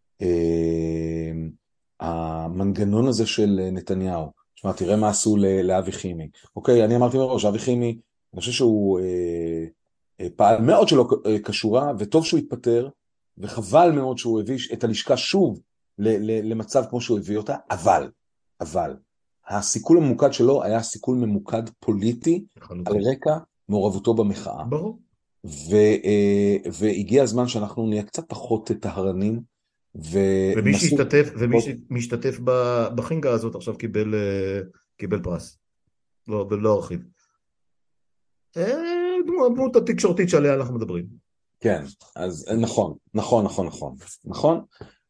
אה, המנגנון הזה של נתניהו, שמה, תראה מה עשו לאבי חימי. אוקיי, אני אמרתי מראש, אבי חימי, אני חושב שהוא, אה, פעל מאוד שלא קשורה, וטוב שהוא התפטר, וחבל מאוד שהוא הביא את הלשכה שוב למצב כמו שהוא הביא אותה, אבל, אבל, הסיכול הממוקד שלו היה סיכול ממוקד פוליטי, על רקע מעורבותו במחאה. ברור. והגיע הזמן שאנחנו נהיה קצת פחות טהרנים, ומי שהשתתף, ומי שמשתתף בחינגה הזאת עכשיו קיבל, קיבל פרס. לא, לא ארחיב. דמות התקשורתית שעליה אנחנו מדברים. כן, אז נכון, נכון, נכון, נכון, נכון,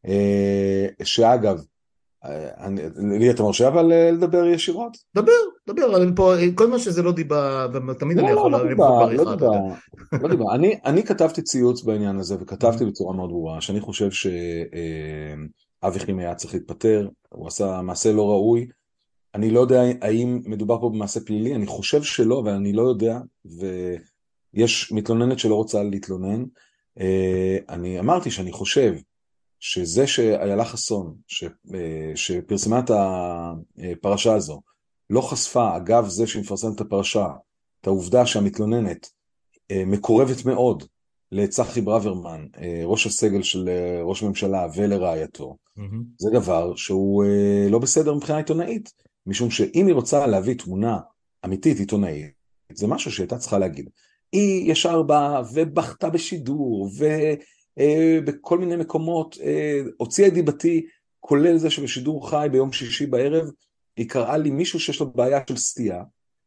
שאגב, לי אתה מרשה אבל לדבר ישירות? דבר, דבר, כל מה שזה לא דיבה, ותמיד אני יכול לבחור בעריכה, אתה יודע. לא דיבה, אני כתבתי ציוץ בעניין הזה, וכתבתי בצורה מאוד ברורה, שאני חושב שאבי חימי היה צריך להתפטר, הוא עשה מעשה לא ראוי, אני לא יודע האם מדובר פה במעשה פלילי, אני חושב שלא, אבל אני לא יודע, ויש מתלוננת שלא רוצה להתלונן, אני אמרתי שאני חושב, שזה שאיילה חסון, שפרסמה את הפרשה הזו, לא חשפה, אגב זה שמפרסמת את הפרשה, את העובדה שהמתלוננת מקורבת מאוד לצחי ברוורמן, ראש הסגל של ראש ממשלה ולרעייתו, mm-hmm. זה דבר שהוא לא בסדר מבחינה עיתונאית, משום שאם היא רוצה להביא תמונה אמיתית עיתונאית, זה משהו שהייתה צריכה להגיד. היא ישר באה ובכתה בשידור, ו... בכל מיני מקומות, הוציאה את דיבתי, כולל זה שבשידור חי ביום שישי בערב, היא קראה לי מישהו שיש לו בעיה של סטייה.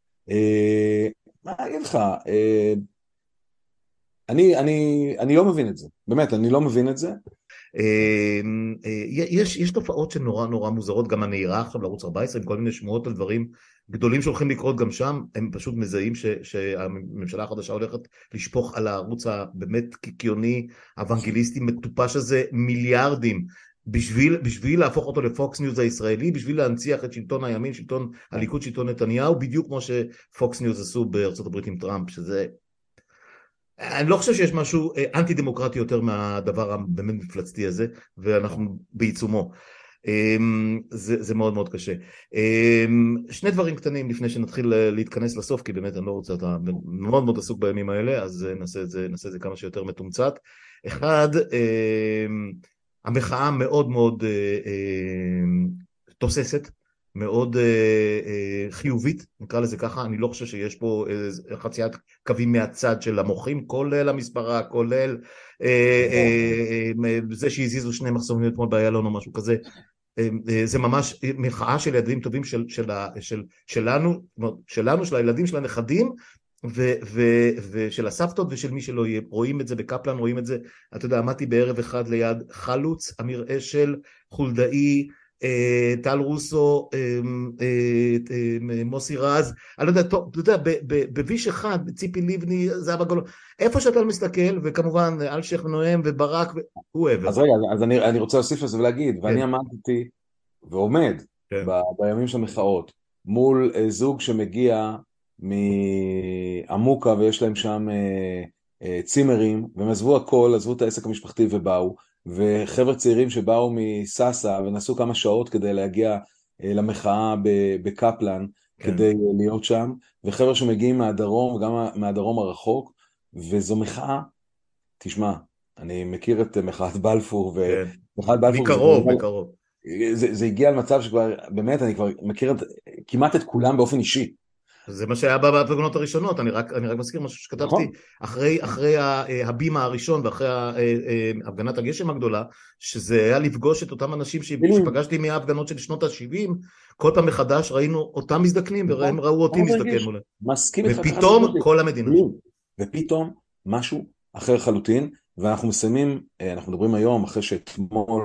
מה אגיד לך? אני, אני, אני לא מבין את זה. באמת, אני לא מבין את זה. יש, יש תופעות שנורא נורא מוזרות, גם הנהירה עכשיו לערוץ ארבע עשרה, עם כל מיני שמועות על דברים גדולים שהולכים לקרות גם שם, הם פשוט מזהים ש, שהממשלה החדשה הולכת לשפוך על הערוץ הבאמת קיקיוני, אוונגליסטי, מטופש הזה, מיליארדים, בשביל, בשביל להפוך אותו לפוקס ניוז הישראלי, בשביל להנציח את שלטון הימין, שלטון הליכוד, שלטון נתניהו, בדיוק כמו שפוקס ניוז עשו בארצות הברית עם טראמפ, שזה... אני לא חושב שיש משהו אנטי דמוקרטי יותר מהדבר הבאמת מפלצתי הזה, ואנחנו בעיצומו. זה, זה מאוד מאוד קשה. שני דברים קטנים לפני שנתחיל להתכנס לסוף, כי באמת אני לא רוצה, אתה מאוד מאוד עסוק בימים האלה, אז נעשה את זה, נעשה את זה כמה שיותר מתומצת. אחד, המחאה מאוד מאוד תוססת, מאוד uh, uh, חיובית, נקרא לזה ככה, אני לא חושב שיש פה uh, חציית קווים מהצד של המוחים, כולל המספרה, כולל uh, uh, uh, זה שהזיזו שני מחסומים אתמול באיילון או משהו כזה, uh, uh, זה ממש מחאה של ילדים טובים של, של, של, שלנו, שלנו, של הילדים, של הנכדים, ו, ו, ושל הסבתות ושל מי שלא יהיה, רואים את זה בקפלן, רואים את זה, אתה יודע, עמדתי בערב אחד ליד חלוץ, אמיר אשל, חולדאי, טל רוסו, מוסי רז, אני לא יודע, אתה יודע, בביש אחד, ציפי ליבני, זהבה גולן, איפה שאתה מסתכל, וכמובן אלשיך ונועם וברק, הוא אוהב. אז רגע, אז אני רוצה להוסיף לזה ולהגיד, ואני עמדתי ועומד בימים של המחאות, מול זוג שמגיע מעמוקה, ויש להם שם צימרים, והם עזבו הכל, עזבו את העסק המשפחתי ובאו, וחבר'ה צעירים שבאו מססה ונסעו כמה שעות כדי להגיע למחאה בקפלן, כן. כדי להיות שם, וחבר'ה שמגיעים מהדרום, וגם מהדרום הרחוק, וזו מחאה, תשמע, אני מכיר את מחאת בלפור, כן. ומחאת בלפור, מקרוב, זה, מקרוב. זה, זה הגיע למצב שכבר, באמת, אני כבר מכיר את, כמעט את כולם באופן אישי, זה מה שהיה בהפגנות הראשונות, אני רק, אני רק מזכיר משהו שכתבתי, אחרי, אחרי הבימה הראשון ואחרי הפגנת הגשם הגדולה, שזה היה לפגוש את אותם אנשים שפגשתי מההפגנות של שנות ה-שבעים, כל פעם מחדש ראינו אותם מזדקנים, והם ראו אותי מזדקן מולה. ופתאום כל המדינה. ופתאום משהו אחר חלוטין, ואנחנו מסיימים, אנחנו מדברים היום, אחרי שאתמול,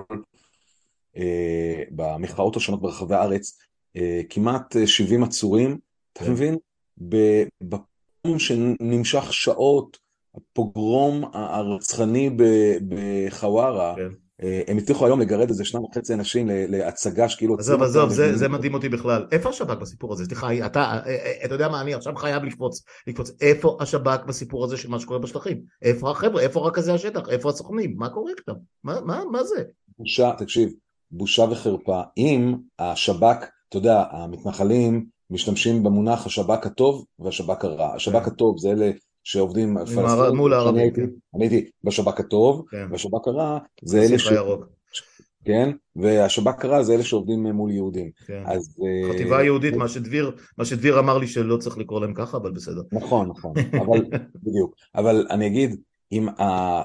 במחאות השונות ברחבי הארץ, כמעט שבעים עצורים, אתה מבין? בפוגרום שנמשך שעות, הפוגרום הרצחני בחווארה, הם הצליחו היום לגרד איזה שניים וחצי אנשים להצגה שכאילו... עזוב, עזוב, זה מדהים אותי בכלל. איפה השב"כ בסיפור הזה? סליחה, אתה יודע מה, אני עכשיו חייב לקפוץ, איפה השב"כ בסיפור הזה של מה שקורה בשטחים? איפה החבר'ה? איפה רכזי השטח? איפה הסוכנים? מה קורה איתם? מה זה? בושה, תקשיב, בושה וחרפה. אם השב"כ, אתה יודע, המתנחלים משתמשים במונח השב"כ הטוב והשב"כ הרע. השב"כ הטוב זה אלה שעובדים פלסטינים, מול שאני הערבים, הייתי, כן. אני הייתי בשב"כ הטוב, כן. בשב"כ הרע, זה אלה בסיף ש... הירוק. כן, והשב"כ הרע זה אלה שעובדים מול יהודים. כן. אז... חטיבה יהודית, מה שדביר, מה שדביר אמר לי שלא צריך לקרוא להם ככה, אבל בסדר. נכון, נכון, אבל בדיוק. אבל אני אגיד, אם ה-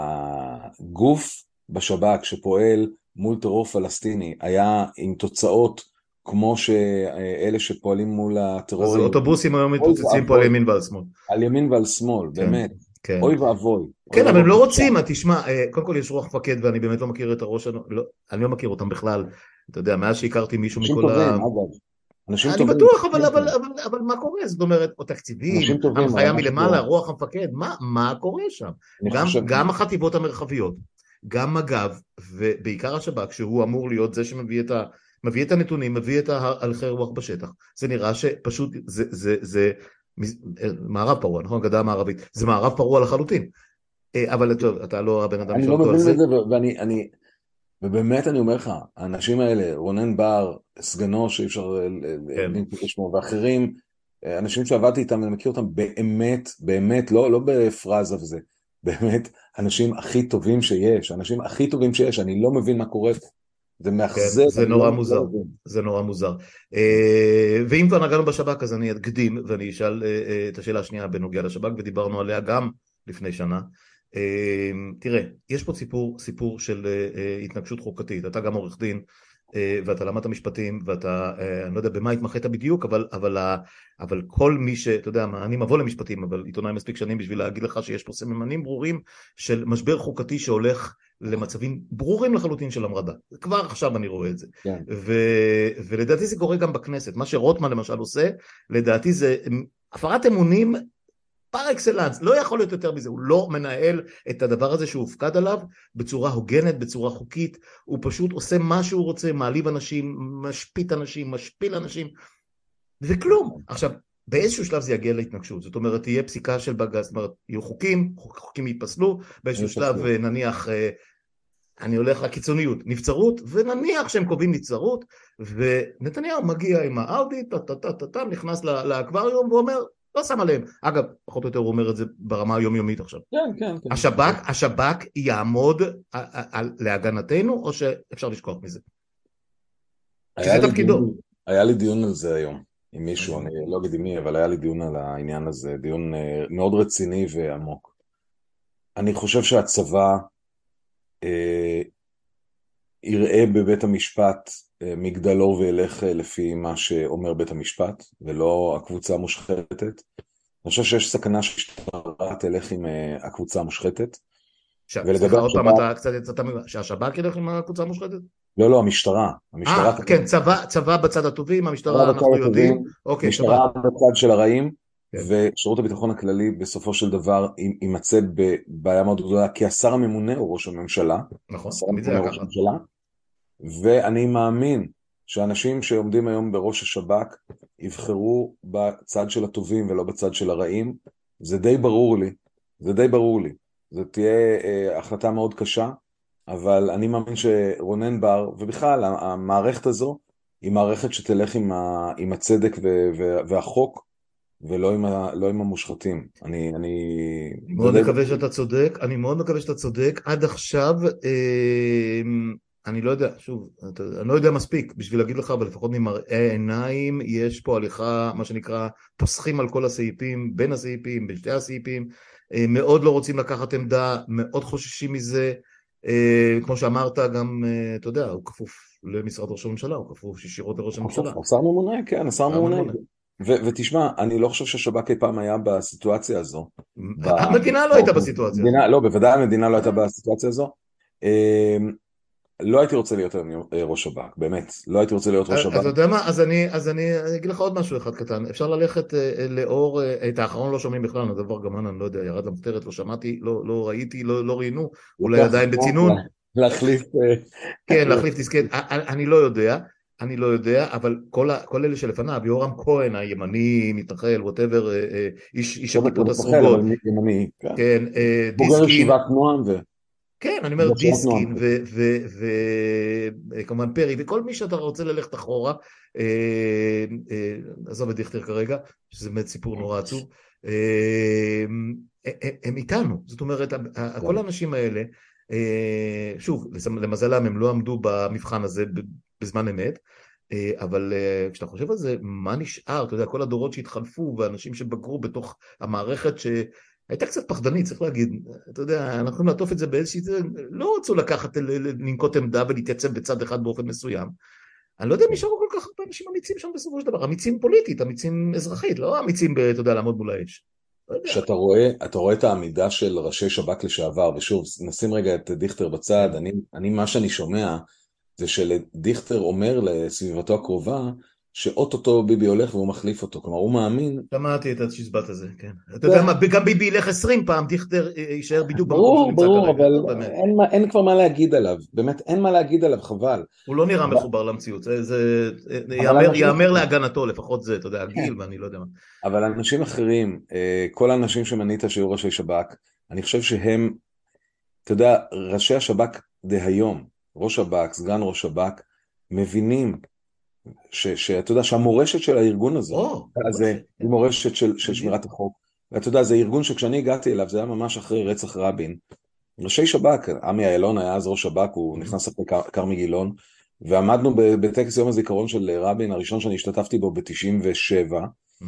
הגוף בשב"כ שפועל מול טרור פלסטיני היה עם תוצאות כמו שאלה שפועלים מול הטרור אז היהודי, אוטובוסים היום אוי מתפוצצים פה על ואבוי, ימין ועל שמאל. על ימין ועל שמאל, כן, באמת, כן. אוי ואבוי, אוי כן, אבל הם ואבוי, לא בושה. רוצים, תשמע, קודם כל יש רוח מפקד, ואני באמת לא מכיר את הראש, לא, אני לא מכיר אותם בכלל, אתה יודע, מאז שהכרתי מישהו אנשים מכל טובים, ה... אגב, אנשים אני טובים, בטוח, אבל, אבל, אבל, אבל מה קורה? זאת אומרת, או תקציבים, אנשים טובים, הנחיה ממש מלמעלה, טובים. רוח המפקד, מה, מה קורה שם? אני גם, חושב, גם החטיבות המרחביות, גם מג"ב, ובעיקר השב"כ, שהוא אמור להיות זה שמביא את ה... מביא את הנתונים, מביא את ההלכי רוח בשטח. זה נראה שפשוט, זה, זה, זה, זה מערב פרוע, נכון? גדה המערבית. זה מערב פרוע לחלוטין. אבל טוב, אתה לא הבן אדם אני לשאול לא אותו על מבין זה. את זה, ואני, אני, ובאמת אני אומר לך, האנשים האלה, רונן בר, סגנו שאי אפשר כן. לנקוט בשמו, ואחרים, אנשים שעבדתי איתם, אני מכיר אותם באמת, באמת, לא, לא בפרזה וזה, באמת, אנשים הכי טובים שיש, אנשים הכי טובים שיש, אני לא מבין מה קורה פה. זה כן, מאכזב, זה אני לא נורא לא מוזר, מבין. זה נורא מוזר. אה, ואם כבר נגענו בשב"כ, אז אני אקדים ואני אשאל אה, אה, את השאלה השנייה בנוגע לשב"כ, ודיברנו עליה גם לפני שנה. אה, תראה, יש פה סיפור, סיפור של אה, אה, התנגשות חוקתית. אתה גם עורך דין, אה, ואתה למדת משפטים, ואתה, אה, אני לא יודע במה התמחית בדיוק, אבל, אבל, ה- אבל כל מי ש... אתה יודע מה, אני מבוא למשפטים, אבל עיתונאי מספיק שנים בשביל להגיד לך שיש פה סממנים ברורים של משבר חוקתי שהולך למצבים ברורים לחלוטין של המרדה. כבר עכשיו אני רואה את זה. כן. ו... ולדעתי זה קורה גם בכנסת. מה שרוטמן למשל עושה, לדעתי זה הפרת אמונים פר אקסלנס, לא יכול להיות יותר מזה, הוא לא מנהל את הדבר הזה שהוא הופקד עליו בצורה הוגנת, בצורה חוקית, הוא פשוט עושה מה שהוא רוצה, מעליב אנשים, משפיט אנשים, משפיל אנשים, וכלום. עכשיו, באיזשהו שלב זה יגיע להתנגשות, זאת אומרת, תהיה פסיקה של בג"ץ, זאת אומרת, יהיו חוקים, חוקים ייפסלו, באיזשהו שלב נניח, אני הולך לקיצוניות, נבצרות, ונניח שהם קובעים נבצרות, ונתניהו מגיע עם האאודי, טה-טה-טה-טה, נכנס לאקווריום ואומר, לא שם עליהם. אגב, פחות או יותר הוא אומר את זה ברמה היומיומית עכשיו. כן, כן, כן. השב"כ, השב"כ יעמוד להגנתנו, או שאפשר לשכוח מזה? כי זה תפקידו. היה לי דיון על זה היום עם מישהו, אני לא אגיד עם מי, אבל היה לי דיון על העניין הזה, דיון מאוד רציני ועמוק. אני חושב שהצבא אה, יראה בבית המשפט אה, מגדלור וילך אה, לפי מה שאומר בית המשפט, ולא הקבוצה המושחתת. אני חושב שיש סכנה שהמשטרה תלך עם אה, הקבוצה המושחתת. סליחה, עוד פעם, אתה קצת יצאת, שהשב"כ ילך עם הקבוצה המושחתת? לא, לא, המשטרה. אה, כן, צבא, צבא בצד הטובים, המשטרה אנחנו יודעים. אוקיי, משטרה בצד של הרעים, כן. ושירות הביטחון הכללי בסופו של דבר יימצא בבעיה מאוד גדולה, כי השר הממונה הוא ראש הממשלה. נכון, השר תמיד זה הממונה היה ראש ככה. הממשלה, ואני מאמין שאנשים שעומדים היום בראש השב"כ יבחרו בצד של הטובים ולא בצד של הרעים. זה די ברור לי, זה די ברור לי. זו תהיה אה, החלטה מאוד קשה, אבל אני מאמין שרונן בר, ובכלל המערכת הזו, היא מערכת שתלך עם, ה, עם הצדק ו, ו, והחוק, ולא עם, ה, לא עם המושחתים. אני, אני... מאוד מקווה שאתה צודק, אני מאוד מקווה שאתה צודק. עד עכשיו, אה, אני לא יודע, שוב, אני לא יודע מספיק בשביל להגיד לך, אבל לפחות ממראה עיניים, יש פה הליכה, מה שנקרא, פוסחים על כל הסעיפים, בין הסעיפים, בין שתי הסעיפים, אה, מאוד לא רוצים לקחת עמדה, מאוד חוששים מזה, אה, כמו שאמרת, גם, אה, אתה יודע, הוא כפוף למשרד ראש הממשלה, הוא כפוף ישירות לראש הממשלה. השר ממונה, כן, השר ממונה. ותשמע, אני לא חושב שהשב"כ אי פעם היה בסיטואציה הזו. המדינה לא הייתה בסיטואציה הזו. לא, בוודאי המדינה לא הייתה בסיטואציה הזו. לא הייתי רוצה להיות ראש שב"כ, באמת, לא הייתי רוצה להיות ראש שב"כ. אז אתה יודע מה, אז אני, אז אני אגיד לך עוד משהו אחד קטן, אפשר ללכת לאור, את האחרון לא שומעים בכלל, נדבר גמן, אני לא יודע, ירד למחתרת, לא שמעתי, לא, לא ראיתי, לא, לא ראינו, אולי עדיין בצינון. להחליף. כן, להחליף דיסקט, אני לא יודע, אני לא יודע, אבל כל, כל אלה שלפניו, יורם כהן, הימני, מתנחל, ווטאבר, איש הכיפות הסרוגות, כן, כן, בוגר דיסקין, ישיבת נועם ו... כן, אני אומר דיסקין וכמובן פרי וכל מי שאתה רוצה ללכת אחורה, עזוב את דיכטר כרגע, שזה באמת סיפור נורא עצוב, הם איתנו, זאת אומרת, כל האנשים האלה, שוב, למזלם הם לא עמדו במבחן הזה בזמן אמת, אבל כשאתה חושב על זה, מה נשאר? אתה יודע, כל הדורות שהתחלפו ואנשים שבגרו בתוך המערכת ש... הייתה קצת פחדנית, צריך להגיד, אתה יודע, אנחנו יכולים לעטוף את זה באיזושהי, לא רצו לקחת, לנקוט עמדה ולהתייצב בצד אחד באופן מסוים. אני לא יודע אם נשארו כל כך הרבה אנשים אמיצים שם בסופו של דבר, אמיצים פוליטית, אמיצים אזרחית, לא אמיצים, אתה יודע, לעמוד מול האש. כשאתה רואה, אתה רואה את העמידה של ראשי שב"כ לשעבר, ושוב, נשים רגע את דיכטר בצד, אני, אני, מה שאני שומע, זה שדיכטר אומר לסביבתו הקרובה, שאוטוטו ביבי הולך והוא מחליף אותו, כלומר הוא מאמין. שמעתי את הצ'יזבט הזה, כן. אתה יודע מה, גם ביבי ילך עשרים פעם, דיכטר יישאר בדיוק במקום שהוא נמצא כרגע. ברור, ברור, אבל אין כבר מה להגיד עליו, באמת אין מה להגיד עליו, חבל. הוא לא נראה מחובר למציאות, זה יאמר להגנתו, לפחות זה, אתה יודע, הגיל ואני לא יודע מה. אבל אנשים אחרים, כל האנשים שמנית שהיו ראשי שב"כ, אני חושב שהם, אתה יודע, ראשי השב"כ דהיום, ראש שב"כ, סגן ראש שב"כ, מבינים שאתה יודע שהמורשת של הארגון הזה, זה מורשת של שמירת החוק, ואתה יודע, זה ארגון שכשאני הגעתי אליו, זה היה ממש אחרי רצח רבין, ראשי שב"כ, עמי אילון היה אז ראש שב"כ, הוא נכנס אחרי כרמי גילון, ועמדנו בטקס יום הזיכרון של רבין, הראשון שאני השתתפתי בו ב-תשעים ושבע,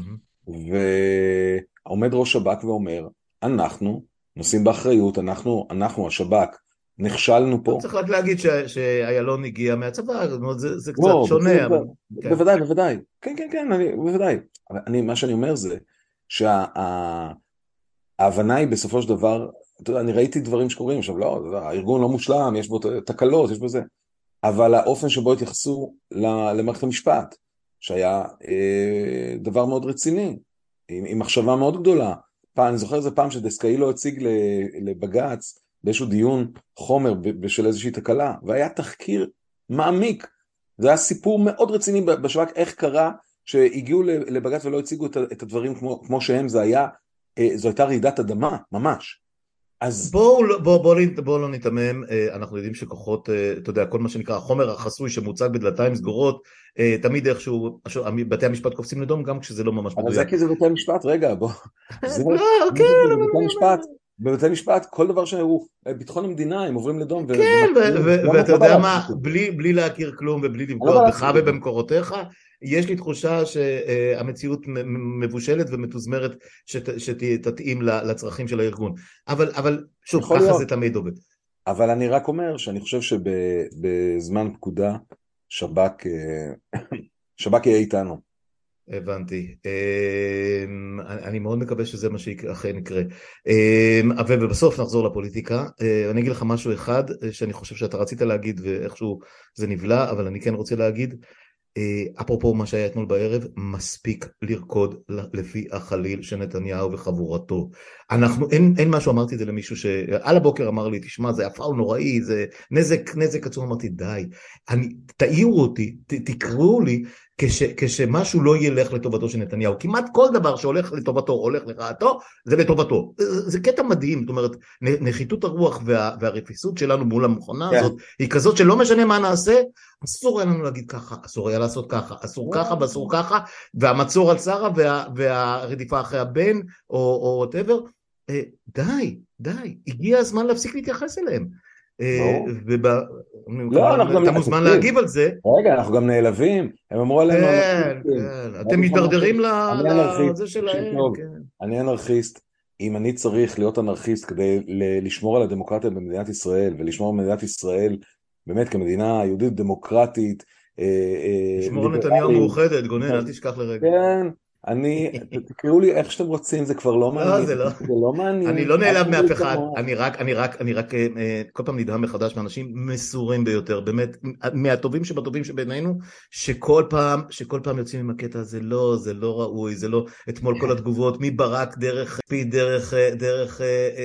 ועומד ראש שב"כ ואומר, אנחנו נושאים באחריות, אנחנו, אנחנו השב"כ, נכשלנו פה. צריך רק להגיד שאיילון הגיע מהצבא, זה קצת שונה. בוודאי, בוודאי. כן, כן, כן, בוודאי. מה שאני אומר זה, שההבנה היא בסופו של דבר, אני ראיתי דברים שקורים, עכשיו לא, הארגון לא מושלם, יש בו תקלות, יש בו זה, אבל האופן שבו התייחסו למערכת המשפט, שהיה דבר מאוד רציני, עם מחשבה מאוד גדולה. אני זוכר איזה פעם שדסקאילו הציג לבג"ץ, באיזשהו דיון חומר בשל איזושהי תקלה, והיה תחקיר מעמיק, זה היה סיפור מאוד רציני בשב"כ, איך קרה שהגיעו לבג"ץ ולא הציגו את הדברים כמו, כמו שהם, זה היה, זו הייתה רעידת אדמה, ממש. אז בואו בוא, בוא, בוא לא נתמם, אנחנו יודעים שכוחות, אתה יודע, כל מה שנקרא החומר החסוי שמוצג בדלתיים סגורות, תמיד איכשהו, בתי המשפט קופצים לדום גם כשזה לא ממש מדויק. אבל זה כי זה בתי המשפט, רגע, בוא. זה כן, בתי המשפט. בבתי משפט, כל דבר שהוא ביטחון המדינה, הם עוברים לדום. כן, ואתה יודע מה, בלי להכיר כלום ובלי לפגוע בך ובמקורותיך, יש לי תחושה שהמציאות מבושלת ומתוזמרת שתתאים לצרכים של הארגון. אבל שוב, ככה זה תמיד עובד. אבל אני רק אומר שאני חושב שבזמן פקודה, שב"כ יהיה איתנו. הבנתי, אני מאוד מקווה שזה מה שאכן יקרה, ובסוף נחזור לפוליטיקה. אני אגיד לך משהו אחד שאני חושב שאתה רצית להגיד ואיכשהו זה נבלע, אבל אני כן רוצה להגיד, אפרופו מה שהיה אתמול בערב, מספיק לרקוד לפי החליל של נתניהו וחבורתו. אנחנו, אין, אין משהו, אמרתי את זה למישהו שעל הבוקר אמר לי, תשמע, זה הפעל נוראי, זה נזק, נזק עצום, אמרתי, די, אני, תעירו אותי, ת, תקראו לי, כש, כשמשהו לא ילך לטובתו של נתניהו, כמעט כל דבר שהולך לטובתו, הולך לרעתו, זה לטובתו. זה, זה קטע מדהים, זאת אומרת, נחיתות הרוח וה, והרפיסות שלנו מול המכונה yeah. הזאת, היא כזאת שלא משנה מה נעשה, אסור היה לנו להגיד ככה, אסור היה לעשות ככה, אסור ככה ואסור ככה, והמצור על שרה וה, והרדיפה אחרי הבן, או, או whatever, די, די, הגיע הזמן להפסיק להתייחס אליהם. אתה מוזמן להגיב על זה. רגע, אנחנו גם נעלבים, הם אמרו עלינו, כן, כן, אתם מתדרדרים לזה שלהם. אני אנרכיסט, אם אני צריך להיות אנרכיסט כדי לשמור על הדמוקרטיה במדינת ישראל, ולשמור על מדינת ישראל באמת כמדינה יהודית דמוקרטית, לשמור על נתניהו מאוחדת, גונן, אל תשכח לרגע. כן, אני, תקראו לי איך שאתם רוצים, זה כבר לא מעניין. לא, זה לא. זה לא מעניין. אני לא נעלב מאף אחד, אני רק, אני רק, אני רק, כל פעם נדהם מחדש מאנשים מסורים ביותר, באמת, מהטובים שבטובים שבינינו, שכל פעם, שכל פעם יוצאים עם הקטע הזה, לא, זה לא ראוי, זה לא, אתמול כל התגובות, מברק דרך פי, דרך, דרך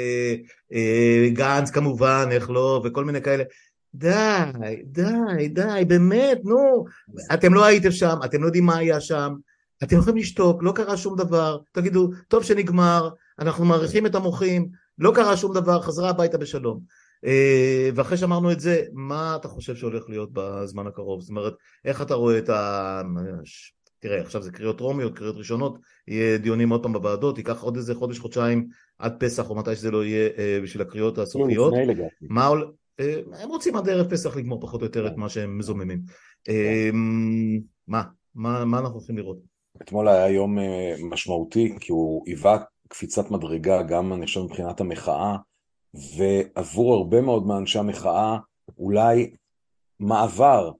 גנץ כמובן, איך לא, וכל מיני כאלה. די, די, די, באמת, נו, אתם לא הייתם שם, אתם לא יודעים מה היה שם, אתם יכולים לשתוק, לא קרה שום דבר, תגידו, טוב שנגמר, אנחנו מעריכים את המוחים, לא קרה שום דבר, חזרה הביתה בשלום. ואחרי שאמרנו את זה, מה אתה חושב שהולך להיות בזמן הקרוב? זאת אומרת, איך אתה רואה את ה... תראה, עכשיו זה קריאות טרומיות, קריאות ראשונות, יהיה דיונים עוד פעם בוועדות, ייקח עוד איזה חודש, חודשיים עד פסח, או מתי שזה לא יהיה בשביל הקריאות הסופיות. מה... הם רוצים עד ערב פסח לגמור פחות או יותר את מה שהם מזוממים. מה? מה, מה אנחנו הולכים לראות? אתמול היה יום משמעותי, כי הוא היווה קפיצת מדרגה, גם אני חושב מבחינת המחאה, ועבור הרבה מאוד מאנשי המחאה, אולי מעבר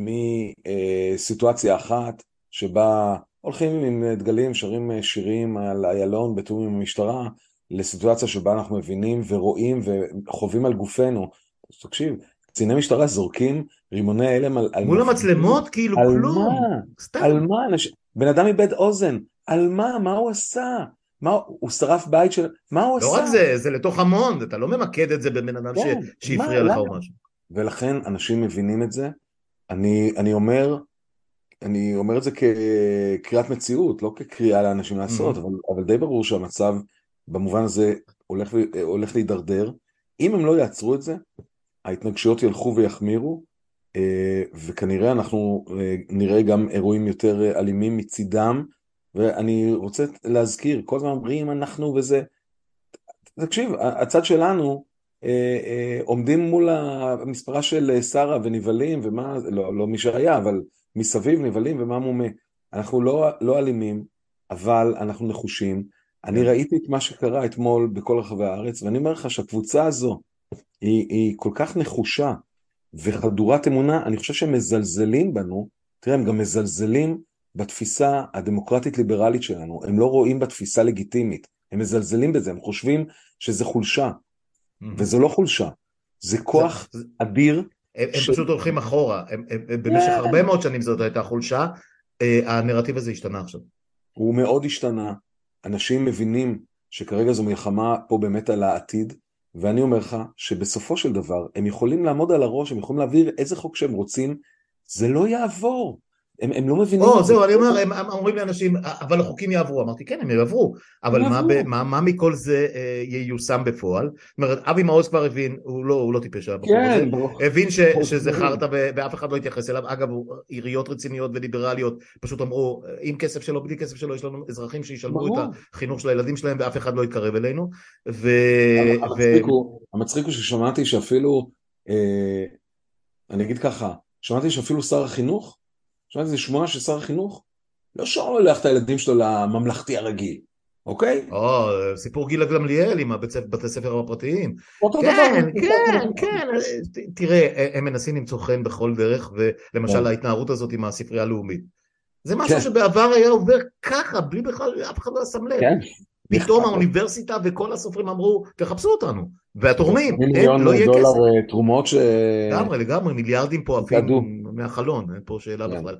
מסיטואציה אחת, שבה הולכים עם דגלים, שרים שירים על איילון בתיאום עם המשטרה, לסיטואציה שבה אנחנו מבינים ורואים וחווים על גופנו. אז תקשיב, קציני משטרה זורקים רימוני הלם על... מול המצלמות, כאילו על כלום. מה? סתם. על מה? בן אדם איבד אוזן. על מה? מה הוא עשה? מה, הוא שרף בית של... מה הוא עשה? לא רק זה, זה לתוך המון, אתה לא ממקד את זה בבן אדם כן, שהפריע לך או משהו. ולכן אנשים מבינים את זה. אני, אני אומר, אני אומר את זה כקריאת מציאות, לא כקריאה לאנשים לעשות, אבל, אבל די ברור שהמצב במובן הזה הולך, הולך להידרדר. אם הם לא יעצרו את זה, ההתנגשויות ילכו ויחמירו, וכנראה אנחנו נראה גם אירועים יותר אלימים מצידם, ואני רוצה להזכיר, כל הזמן אומרים אנחנו וזה, תקשיב, הצד שלנו עומדים מול המספרה של שרה ונבלים, ומה, לא, לא מי שהיה, אבל מסביב נבלים ומה מומה. אנחנו לא, לא אלימים, אבל אנחנו נחושים. אני ראיתי את מה שקרה אתמול בכל רחבי הארץ, ואני אומר לך שהקבוצה הזו היא, היא כל כך נחושה וחדורת אמונה, אני חושב שהם מזלזלים בנו, תראה, הם גם מזלזלים בתפיסה הדמוקרטית-ליברלית שלנו, הם לא רואים בתפיסה לגיטימית, הם מזלזלים בזה, הם חושבים שזה חולשה, וזו לא חולשה, זה כוח אדיר. הם פשוט הולכים אחורה, במשך הרבה מאוד שנים זאת הייתה חולשה, הנרטיב הזה השתנה עכשיו. הוא מאוד השתנה, אנשים מבינים שכרגע זו מלחמה פה באמת על העתיד, ואני אומר לך שבסופו של דבר הם יכולים לעמוד על הראש, הם יכולים להעביר איזה חוק שהם רוצים, זה לא יעבור. הם, הם לא מבינים... או, זהו, אני אומר, הם אומרים לאנשים, אבל החוקים יעברו. אמרתי, כן, הם יעברו. אבל מה, מה, מה מכל זה ייושם בפועל? זאת אומרת, אבי מעוז כבר הבין, הוא לא, הוא לא טיפש הבחור הזה, הבין ש, שזה חרטה ואף אחד לא יתייחס אליו. אגב, עיריות רציניות וליברליות פשוט אמרו, עם כסף שלו, בלי כסף שלו, יש לנו אזרחים שישלמו את החינוך של הילדים שלהם, ואף אחד לא יתקרב אלינו. ו... המצחיק הוא, המצחיק הוא ששמעתי שאפילו, אני אגיד ככה, שמעתי שאפילו שר החינוך, שמעתי זה שמועה ששר החינוך לא שולח את הילדים שלו לממלכתי הרגיל, אוקיי? או, סיפור גילה גמליאל עם בתי ספר הפרטיים. כן, כן, כן. תראה, הם מנסים למצוא חן בכל דרך, ולמשל ההתנערות הזאת עם הספרייה הלאומית. זה משהו שבעבר היה עובר ככה, בלי בכלל, אף אחד לא שם לב. פתאום האוניברסיטה וכל הסופרים אמרו, תחפשו אותנו, והתורמים, לא יהיה כסף. דולר תרומות ש... לגמרי, לגמרי, מיליארדים פה עפים מהחלון, אין פה שאלה בכלל.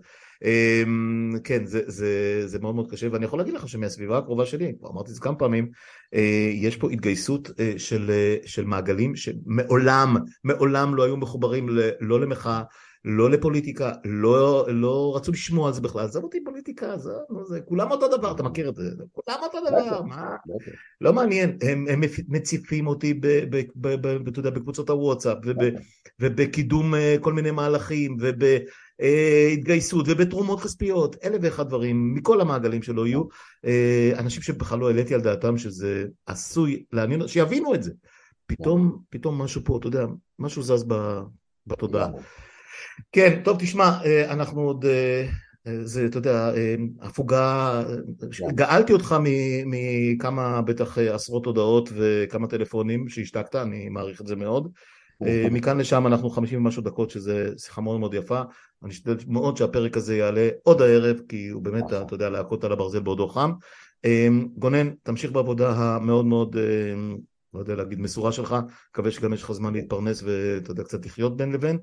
כן, זה מאוד מאוד קשה, ואני יכול להגיד לך שמהסביבה הקרובה שלי, אמרתי את זה כמה פעמים, יש פה התגייסות של מעגלים שמעולם, מעולם לא היו מחוברים לא למחאה, לא לפוליטיקה, לא, לא רצו לשמוע על זה בכלל, עזב אותי פוליטיקה, זה, זה, כולם אותו דבר, אתה מכיר את זה, כולם אותו דבר, מה? לא מעניין, הם, הם מציפים אותי ב, ב, ב, ב, ב, ב, בקבוצות הוואטסאפ, וב, ובקידום כל מיני מהלכים, ובהתגייסות, ובתרומות כספיות, אלף ואחד דברים, מכל המעגלים שלא יהיו, אנשים שבכלל לא העליתי על דעתם שזה עשוי לעניין, שיבינו את זה, פתאום, פתאום משהו פה, אתה יודע, משהו זז בתודעה. כן, טוב, תשמע, אנחנו עוד, זה, אתה יודע, הפוגה, גאלתי אותך מכמה, בטח עשרות הודעות וכמה טלפונים שהשתקת, אני מעריך את זה מאוד. מכאן לשם אנחנו חמישים ומשהו דקות, שזה שיחה מאוד מאוד יפה. אני אשתדל מאוד שהפרק הזה יעלה עוד הערב, כי הוא באמת, אתה יודע, להכות על הברזל בעודו חם. גונן, תמשיך בעבודה המאוד מאוד, לא יודע להגיד, מסורה שלך, מקווה שגם יש לך זמן להתפרנס ואתה יודע, קצת לחיות בין לבין.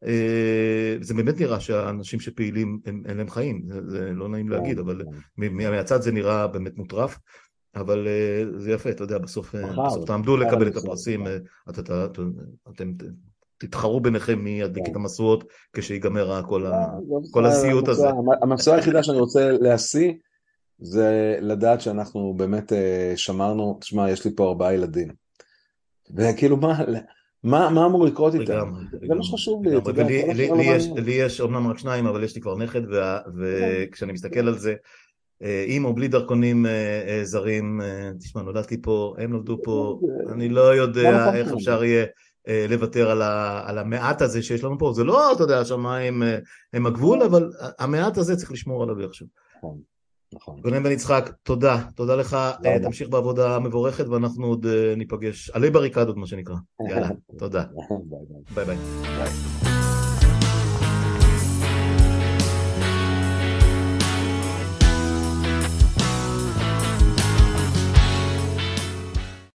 זה באמת נראה שהאנשים שפעילים אין להם חיים, זה לא נעים להגיד, אבל מהצד זה נראה באמת מוטרף, אבל זה יפה, אתה יודע, בסוף תעמדו לקבל את הפרסים, אתם תתחרו ביניכם מי ידליק את המשואות כשיגמר כל הסיוט הזה. המשואה היחידה שאני רוצה להשיא זה לדעת שאנחנו באמת שמרנו, תשמע, יש לי פה ארבעה ילדים, וכאילו מה, מה, מה אמור לקרות איתם? לגמרי, זה לגמרי, מה שחשוב לי, לגמרי. אתה יודע, כל ולי לי, השאר לא לי יש, מעניין. לי יש אומנם רק שניים, אבל יש לי כבר נכד, וה- וכשאני מסתכל על זה, אה, עם או בלי דרכונים אה, אה, זרים, אה, תשמע, נולדתי פה, הם נולדו פה, אני לא מה יודע המקום איך שלנו? אפשר יהיה אה, לוותר על ה- על המעט הזה שיש לנו פה. זה לא, אתה יודע, השמיים אה, הם הגבול, אבל המעט הזה צריך לשמור עליו איכשהו. נכון, נכון. גונן בן יצחק, תודה, תודה לך, תודה אה, רבה. תמשיך בעבודה המבורכת, ואנחנו עוד אה, ניפגש עלי בריקדות, מה שנקרא. יאללה, תודה, ביי ביי. ביי ביי. ביי.